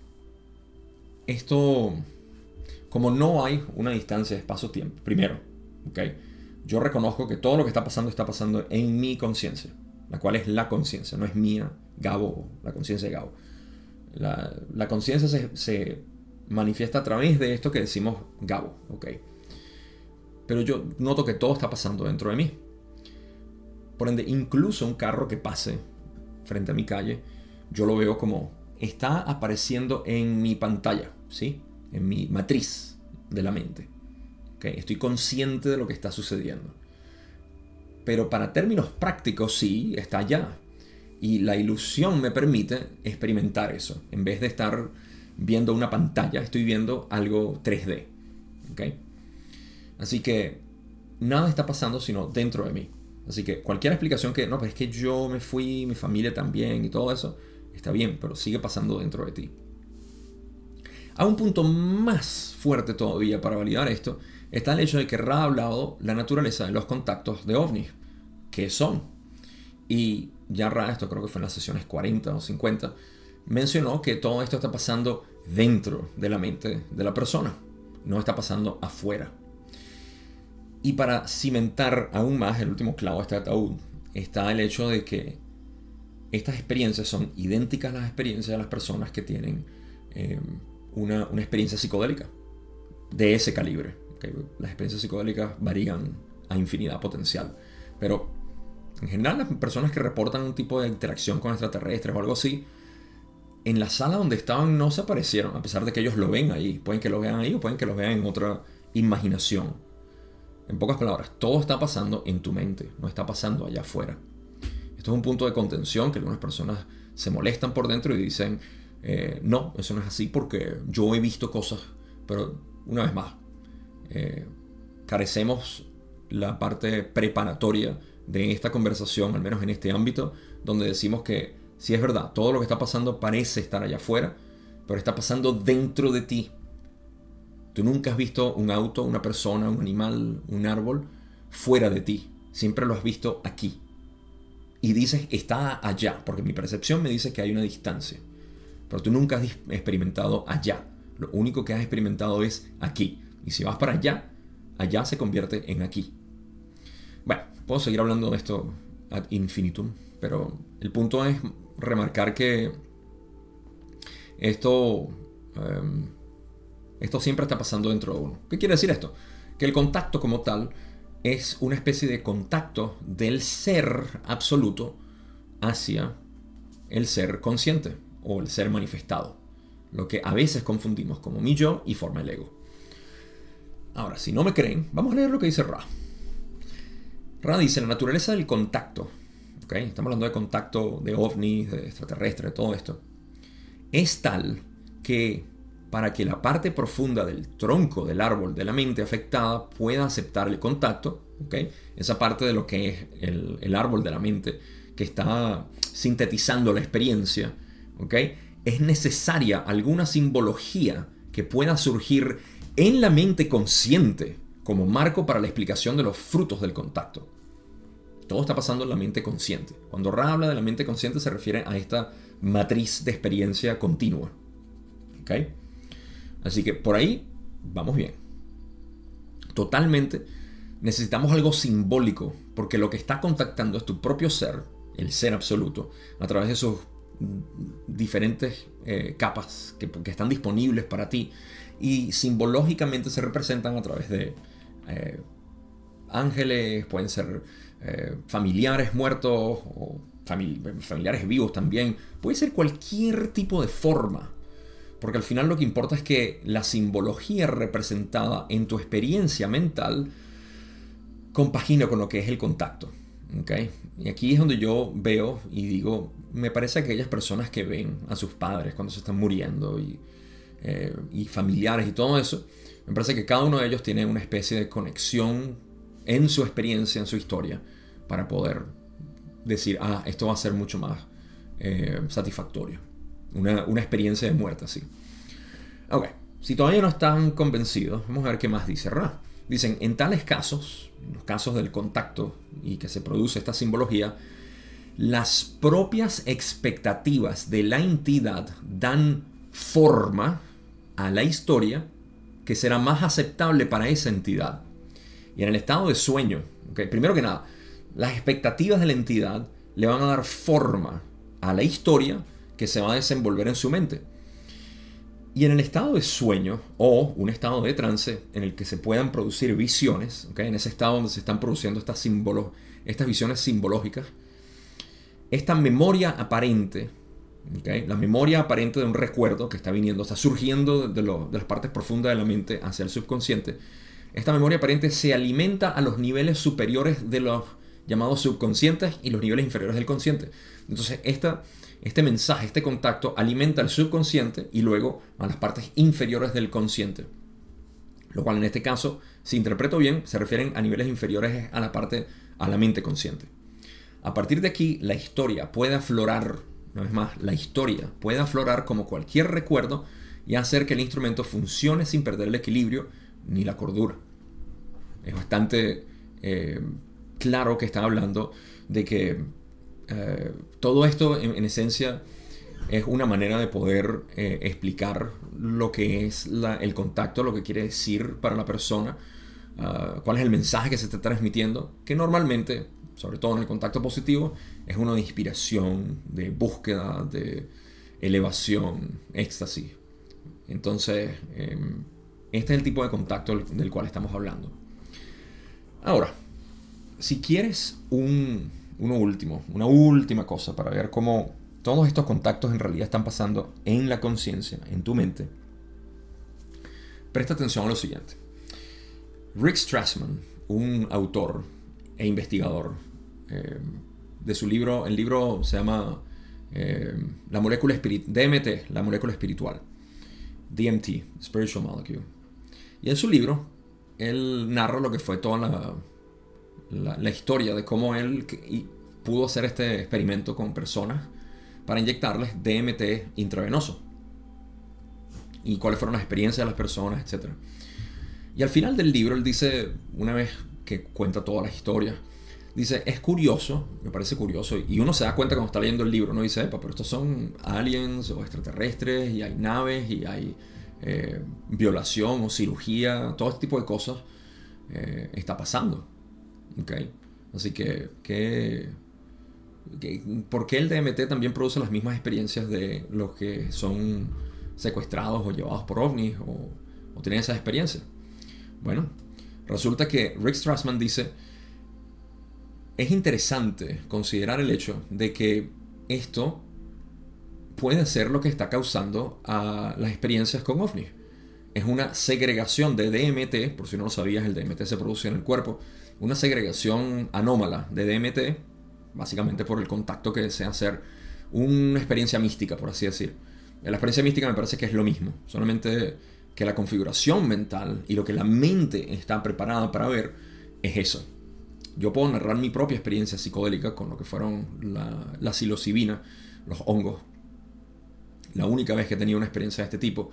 esto, como no hay una distancia de espacio-tiempo, primero, ¿okay? Yo reconozco que todo lo que está pasando está pasando en mi conciencia, la cual es la conciencia, no es mía, Gabo, la conciencia de Gabo. La, la conciencia se, se manifiesta a través de esto que decimos Gabo, ¿ok? Pero yo noto que todo está pasando dentro de mí. Por ende, incluso un carro que pase frente a mi calle, yo lo veo como está apareciendo en mi pantalla, ¿sí? En mi matriz de la mente. ¿Okay? Estoy consciente de lo que está sucediendo. Pero para términos prácticos, sí, está allá. Y la ilusión me permite experimentar eso. En vez de estar viendo una pantalla, estoy viendo algo tres D. ¿Okay? Así que nada está pasando sino dentro de mí. Así que cualquier explicación que, no, pero es que yo me fui, mi familia también y todo eso, está bien, pero sigue pasando dentro de ti. A un punto más fuerte todavía para validar esto, está el hecho de que Ra ha hablado la naturaleza de los contactos de ovnis. ¿Qué son? Y ya Ra, esto creo que fue en las sesiones cuarenta o cincuenta, mencionó que todo esto está pasando dentro de la mente de la persona, no está pasando afuera. Y para cimentar aún más el último clavo de este ataúd, está el hecho de que estas experiencias son idénticas a las experiencias de las personas que tienen eh, una, una experiencia psicodélica de ese calibre. ¿Okay? Las experiencias psicodélicas varían a infinidad potencial, pero en general las personas que reportan un tipo de interacción con extraterrestres o algo así, en la sala donde estaban no se aparecieron, a pesar de que ellos lo ven ahí. Pueden que lo vean ahí o pueden que lo vean en otra imaginación. En pocas palabras, todo está pasando en tu mente, no está pasando allá afuera. Esto es un punto de contención que algunas personas se molestan por dentro y dicen, eh, no, eso no es así porque yo he visto cosas. Pero una vez más, eh, carecemos la parte preparatoria de esta conversación, al menos en este ámbito, donde decimos que sí es verdad, todo lo que está pasando parece estar allá afuera, pero está pasando dentro de ti. Tú nunca has visto un auto, una persona, un animal, un árbol fuera de ti. Siempre lo has visto aquí. Y dices, está allá, porque mi percepción me dice que hay una distancia. Pero tú nunca has experimentado allá. Lo único que has experimentado es aquí. Y si vas para allá, allá se convierte en aquí. Bueno, puedo seguir hablando de esto ad infinitum, pero el punto es remarcar que esto, um, esto siempre está pasando dentro de uno. ¿Qué quiere decir esto? Que el contacto como tal es una especie de contacto del ser absoluto hacia el ser consciente o el ser manifestado, lo que a veces confundimos como mi yo y forma el ego. Ahora, si no me creen, vamos a leer lo que dice Ra. Ra dice: la naturaleza del contacto, ¿okay? Estamos hablando de contacto de ovnis, de extraterrestres, de todo esto, es tal que para que la parte profunda del tronco del árbol de la mente afectada pueda aceptar el contacto, ¿okay? Esa parte de lo que es el, el árbol de la mente que está sintetizando la experiencia, ¿okay? Es necesaria alguna simbología que pueda surgir en la mente consciente como marco para la explicación de los frutos del contacto. Todo está pasando en la mente consciente. Cuando Ra habla de la mente consciente se refiere a esta matriz de experiencia continua, ¿okay? Así que por ahí vamos bien. Totalmente necesitamos algo simbólico, porque lo que está contactando es tu propio ser, el ser absoluto, a través de sus diferentes eh, capas que, que están disponibles para ti, y simbológicamente se representan a través de eh, ángeles, pueden ser eh, familiares muertos o famili- familiares vivos también, puede ser cualquier tipo de forma. Porque al final lo que importa es que la simbología representada en tu experiencia mental compagina con lo que es el contacto. ¿Okay? Y aquí es donde yo veo y digo, me parece que aquellas personas que ven a sus padres cuando se están muriendo y, eh, y familiares y todo eso, me parece que cada uno de ellos tiene una especie de conexión en su experiencia, en su historia, para poder decir, ah, esto va a ser mucho más eh, satisfactorio. Una, una experiencia de muerte así. Ok, si todavía no están convencidos, vamos a ver qué más dice Ra. Dicen, en tales casos, en los casos del contacto y que se produce esta simbología, las propias expectativas de la entidad dan forma a la historia que será más aceptable para esa entidad. Y en el estado de sueño, okay, primero que nada, las expectativas de la entidad le van a dar forma a la historia que se va a desenvolver en su mente. Y en el estado de sueño o un estado de trance en el que se puedan producir visiones, ¿okay? En ese estado donde se están produciendo estas, símbolos, estas visiones simbológicas, esta memoria aparente, ¿okay? La memoria aparente de un recuerdo que está viniendo, está surgiendo de, lo, de las partes profundas de la mente hacia el subconsciente, esta memoria aparente se alimenta a los niveles superiores de los llamados subconscientes y los niveles inferiores del consciente. Entonces esta... Este mensaje, este contacto alimenta al subconsciente y luego a las partes inferiores del consciente. Lo cual en este caso, si interpreto bien, se refieren a niveles inferiores a la parte, a la mente consciente. A partir de aquí, la historia puede aflorar, una vez más, la historia puede aflorar como cualquier recuerdo y hacer que el instrumento funcione sin perder el equilibrio ni la cordura. Es bastante eh, claro que están hablando de que Uh, todo esto en, en esencia es una manera de poder eh, explicar lo que es la, el contacto, lo que quiere decir para la persona, uh, cuál es el mensaje que se está transmitiendo, que normalmente, sobre todo en el contacto positivo, es uno de inspiración, de búsqueda, de elevación, éxtasis. Entonces, eh, este es el tipo de contacto del, del cual estamos hablando. Ahora, si quieres un Uno último, una última cosa para ver cómo todos estos contactos en realidad están pasando en la conciencia, en tu mente. Presta atención a lo siguiente. Rick Strassman, un autor e investigador, eh, de su libro, el libro se llama eh, La molécula espiritual, D M T, la molécula espiritual, D M T, Spiritual Molecule. Y en su libro, él narra lo que fue toda la... La, la historia de cómo él pudo hacer este experimento con personas para inyectarles D M T intravenoso y cuáles fueron las experiencias de las personas, etcétera. Y al final del libro él dice, una vez que cuenta toda la historia, dice, es curioso, me parece curioso, y uno se da cuenta cuando está leyendo el libro, no dice, epa, pero estos son aliens o extraterrestres y hay naves y hay eh, violación o cirugía, todo este tipo de cosas eh, está pasando. Okay. Así que, ¿qué, qué, ¿por qué el D M T también produce las mismas experiencias de los que son secuestrados o llevados por ovnis o, o tienen esas experiencias? Bueno, resulta que Rick Strassman dice: es interesante considerar el hecho de que esto puede ser lo que está causando a las experiencias con ovnis. Es una segregación de D M T, por si no lo sabías, el D M T se produce en el cuerpo, una segregación anómala de D M T, básicamente por el contacto que desea hacer una experiencia mística, por así decir. La experiencia mística me parece que es lo mismo, solamente que la configuración mental y lo que la mente está preparada para ver es eso. Yo puedo narrar mi propia experiencia psicodélica con lo que fueron la, la psilocibina, los hongos. La única vez que he tenido una experiencia de este tipo,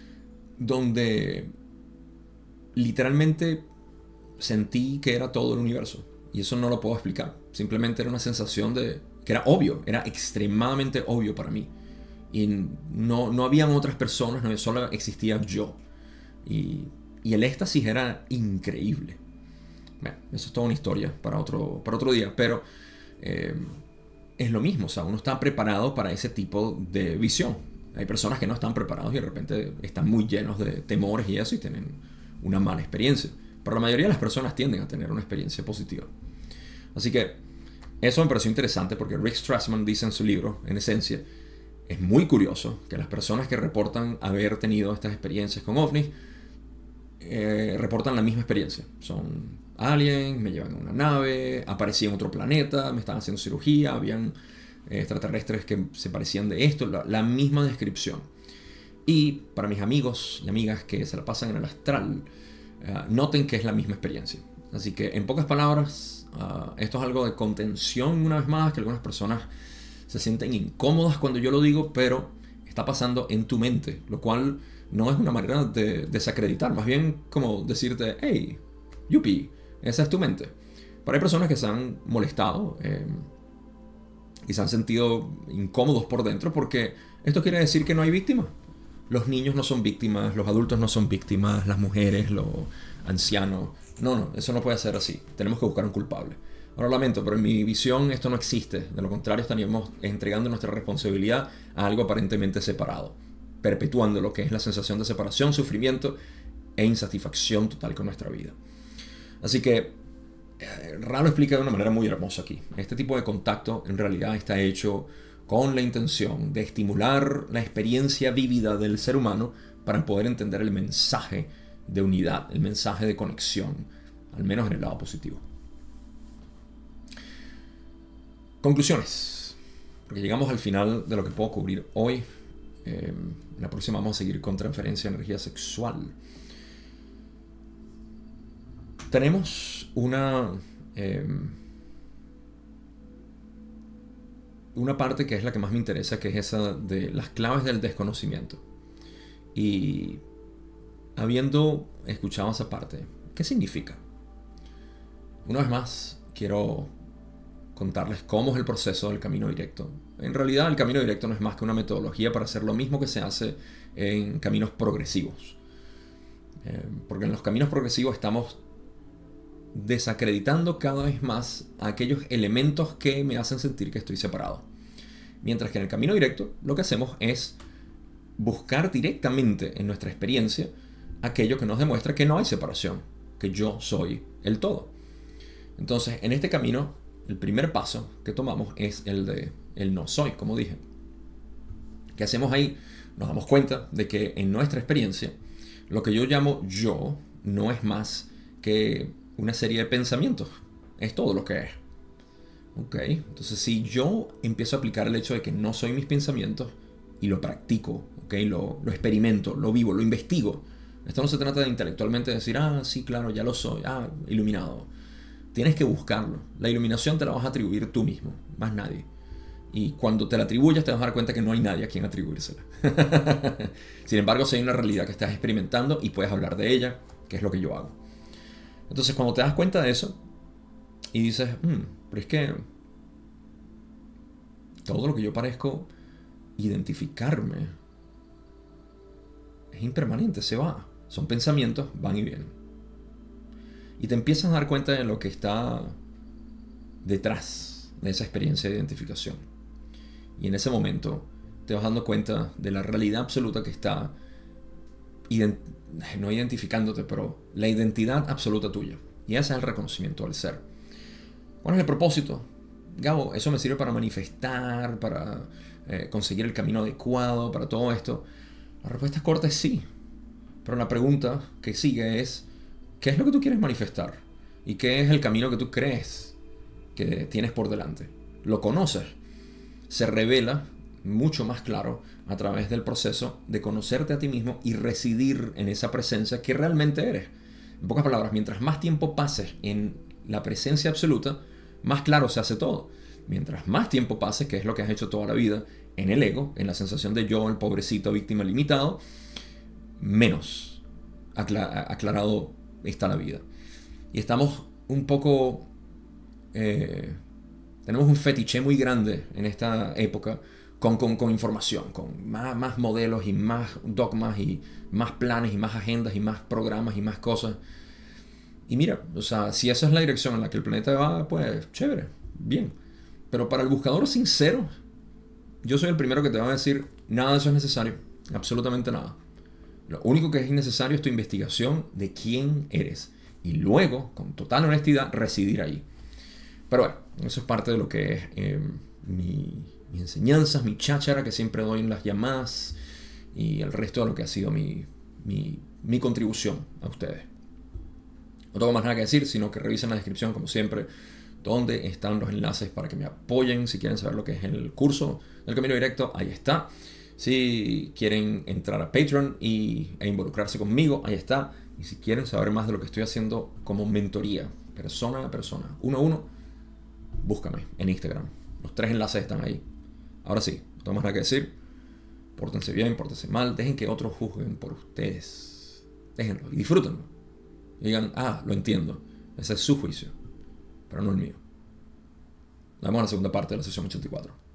donde literalmente sentí que era todo el universo. Y eso no lo puedo explicar. Simplemente era una sensación de que era obvio, era extremadamente obvio para mí. Y no, no habían otras personas, no, solo existía yo. Y, y el éxtasis era increíble. Bueno, eso es toda una historia para otro, para otro día, pero eh, es lo mismo, o sea, uno está preparado para ese tipo de visión. Hay personas que no están preparados y de repente están muy llenos de temores y eso y tienen una mala experiencia. Pero la mayoría de las personas tienden a tener una experiencia positiva. Así que eso me pareció interesante porque Rick Strassman dice en su libro, en esencia, es muy curioso que las personas que reportan haber tenido estas experiencias con ovnis eh, reportan la misma experiencia. Son aliens, me llevan a una nave, aparecí en otro planeta, me estaban haciendo cirugía, habían eh, extraterrestres que se parecían de esto, la, la misma descripción. Y para mis amigos y amigas que se la pasan en el astral, uh, noten que es la misma experiencia. Así que en pocas palabras, uh, esto es algo de contención una vez más, que algunas personas se sienten incómodas cuando yo lo digo, pero está pasando en tu mente, lo cual no es una manera de desacreditar, más bien como decirte, hey, yupi, esa es tu mente. Pero hay personas que se han molestado eh, y se han sentido incómodos por dentro porque esto quiere decir que no hay víctimas. Los niños no son víctimas, los adultos no son víctimas, las mujeres, los ancianos. No, no, eso no puede ser así. Tenemos que buscar un culpable. Ahora lamento, pero en mi visión esto no existe. De lo contrario, estaríamos entregando nuestra responsabilidad a algo aparentemente separado, perpetuando lo que es la sensación de separación, sufrimiento e insatisfacción total con nuestra vida. Así que eh, Ra lo explica de una manera muy hermosa aquí. Este tipo de contacto en realidad está hecho con la intención de estimular la experiencia vívida del ser humano para poder entender el mensaje de unidad, el mensaje de conexión, al menos en el lado positivo. Conclusiones, porque llegamos al final de lo que puedo cubrir hoy. Eh, en la próxima vamos a seguir con transferencia de energía sexual. Tenemos una eh, una parte que es la que más me interesa, que es esa de las claves del desconocimiento. Y habiendo escuchado esa parte, ¿qué significa? Una vez más, quiero contarles cómo es el proceso del camino directo. En realidad, el camino directo no es más que una metodología para hacer lo mismo que se hace en caminos progresivos. Eh, porque en los caminos progresivos estamos desacreditando cada vez más aquellos elementos que me hacen sentir que estoy separado. Mientras que en el camino directo lo que hacemos es buscar directamente en nuestra experiencia aquello que nos demuestra que no hay separación, que yo soy el todo. Entonces, en este camino, el primer paso que tomamos es el de el no soy, como dije. ¿Qué hacemos ahí? Nos damos cuenta de que en nuestra experiencia, lo que yo llamo yo no es más que una serie de pensamientos. Es todo lo que es. Ok, entonces si yo empiezo a aplicar el hecho de que no soy mis pensamientos y lo practico, okay, lo, lo experimento, lo vivo, lo investigo. Esto no se trata de intelectualmente decir, ah, sí, claro, ya lo soy, ah, iluminado. Tienes que buscarlo. La iluminación te la vas a atribuir tú mismo, más nadie. Y cuando te la atribuyas te vas a dar cuenta que no hay nadie a quien atribuírsela. Sin embargo, si hay una realidad que estás experimentando y puedes hablar de ella, que es lo que yo hago. Entonces, cuando te das cuenta de eso y dices, hmm, pero es que todo lo que yo parezco identificarme es impermanente, se va. Son pensamientos, van y vienen. Y te empiezas a dar cuenta de lo que está detrás de esa experiencia de identificación. Y en ese momento te vas dando cuenta de la realidad absoluta que está, ident- no identificándote, pero la identidad absoluta tuya. Y ese es el reconocimiento del ser. ¿Cuál es el propósito? Gabo, ¿eso me sirve para manifestar, para eh, conseguir el camino adecuado, para todo esto? La respuesta corta es sí. Pero la pregunta que sigue es, ¿qué es lo que tú quieres manifestar? ¿Y qué es el camino que tú crees que tienes por delante? ¿Lo conoces? Se revela mucho más claro a través del proceso de conocerte a ti mismo y residir en esa presencia que realmente eres. En pocas palabras, mientras más tiempo pases en la presencia absoluta, más claro se hace todo. Mientras más tiempo pases, que es lo que has hecho toda la vida, en el ego, en la sensación de yo, el pobrecito, víctima limitado, menos acla- aclarado está la vida. Y estamos un poco... Eh, tenemos un fetiche muy grande en esta época con, con, con información, con más, más modelos y más dogmas y más planes y más agendas y más programas y más cosas. Y mira, o sea, si esa es la dirección en la que el planeta va, pues chévere, bien. Pero para el buscador sincero, yo soy el primero que te va a decir, nada de eso es necesario, absolutamente nada. Lo único que es innecesario es tu investigación de quién eres. Y luego, con total honestidad, residir ahí. Pero bueno, eso es parte de lo que es eh, mi, mis enseñanzas, mi cháchara que siempre doy en las llamadas y el resto de lo que ha sido mi, mi, mi contribución a ustedes. No tengo más nada que decir, sino que revisen la descripción, como siempre, donde están los enlaces para que me apoyen. Si quieren saber lo que es el curso del Camino Directo, ahí está. Si quieren entrar a Patreon y, e involucrarse conmigo, ahí está. Y si quieren saber más de lo que estoy haciendo como mentoría, persona a persona, uno a uno, búscame en Instagram. Los tres enlaces están ahí. Ahora sí, no tengo más nada que decir. Pórtense bien, pórtense mal. Dejen que otros juzguen por ustedes. Déjenlo y disfrútenlo. Y digan, ah, lo entiendo. Ese es su juicio, pero no el mío. Nos vemos en la segunda parte de la sesión ochenta y cuatro.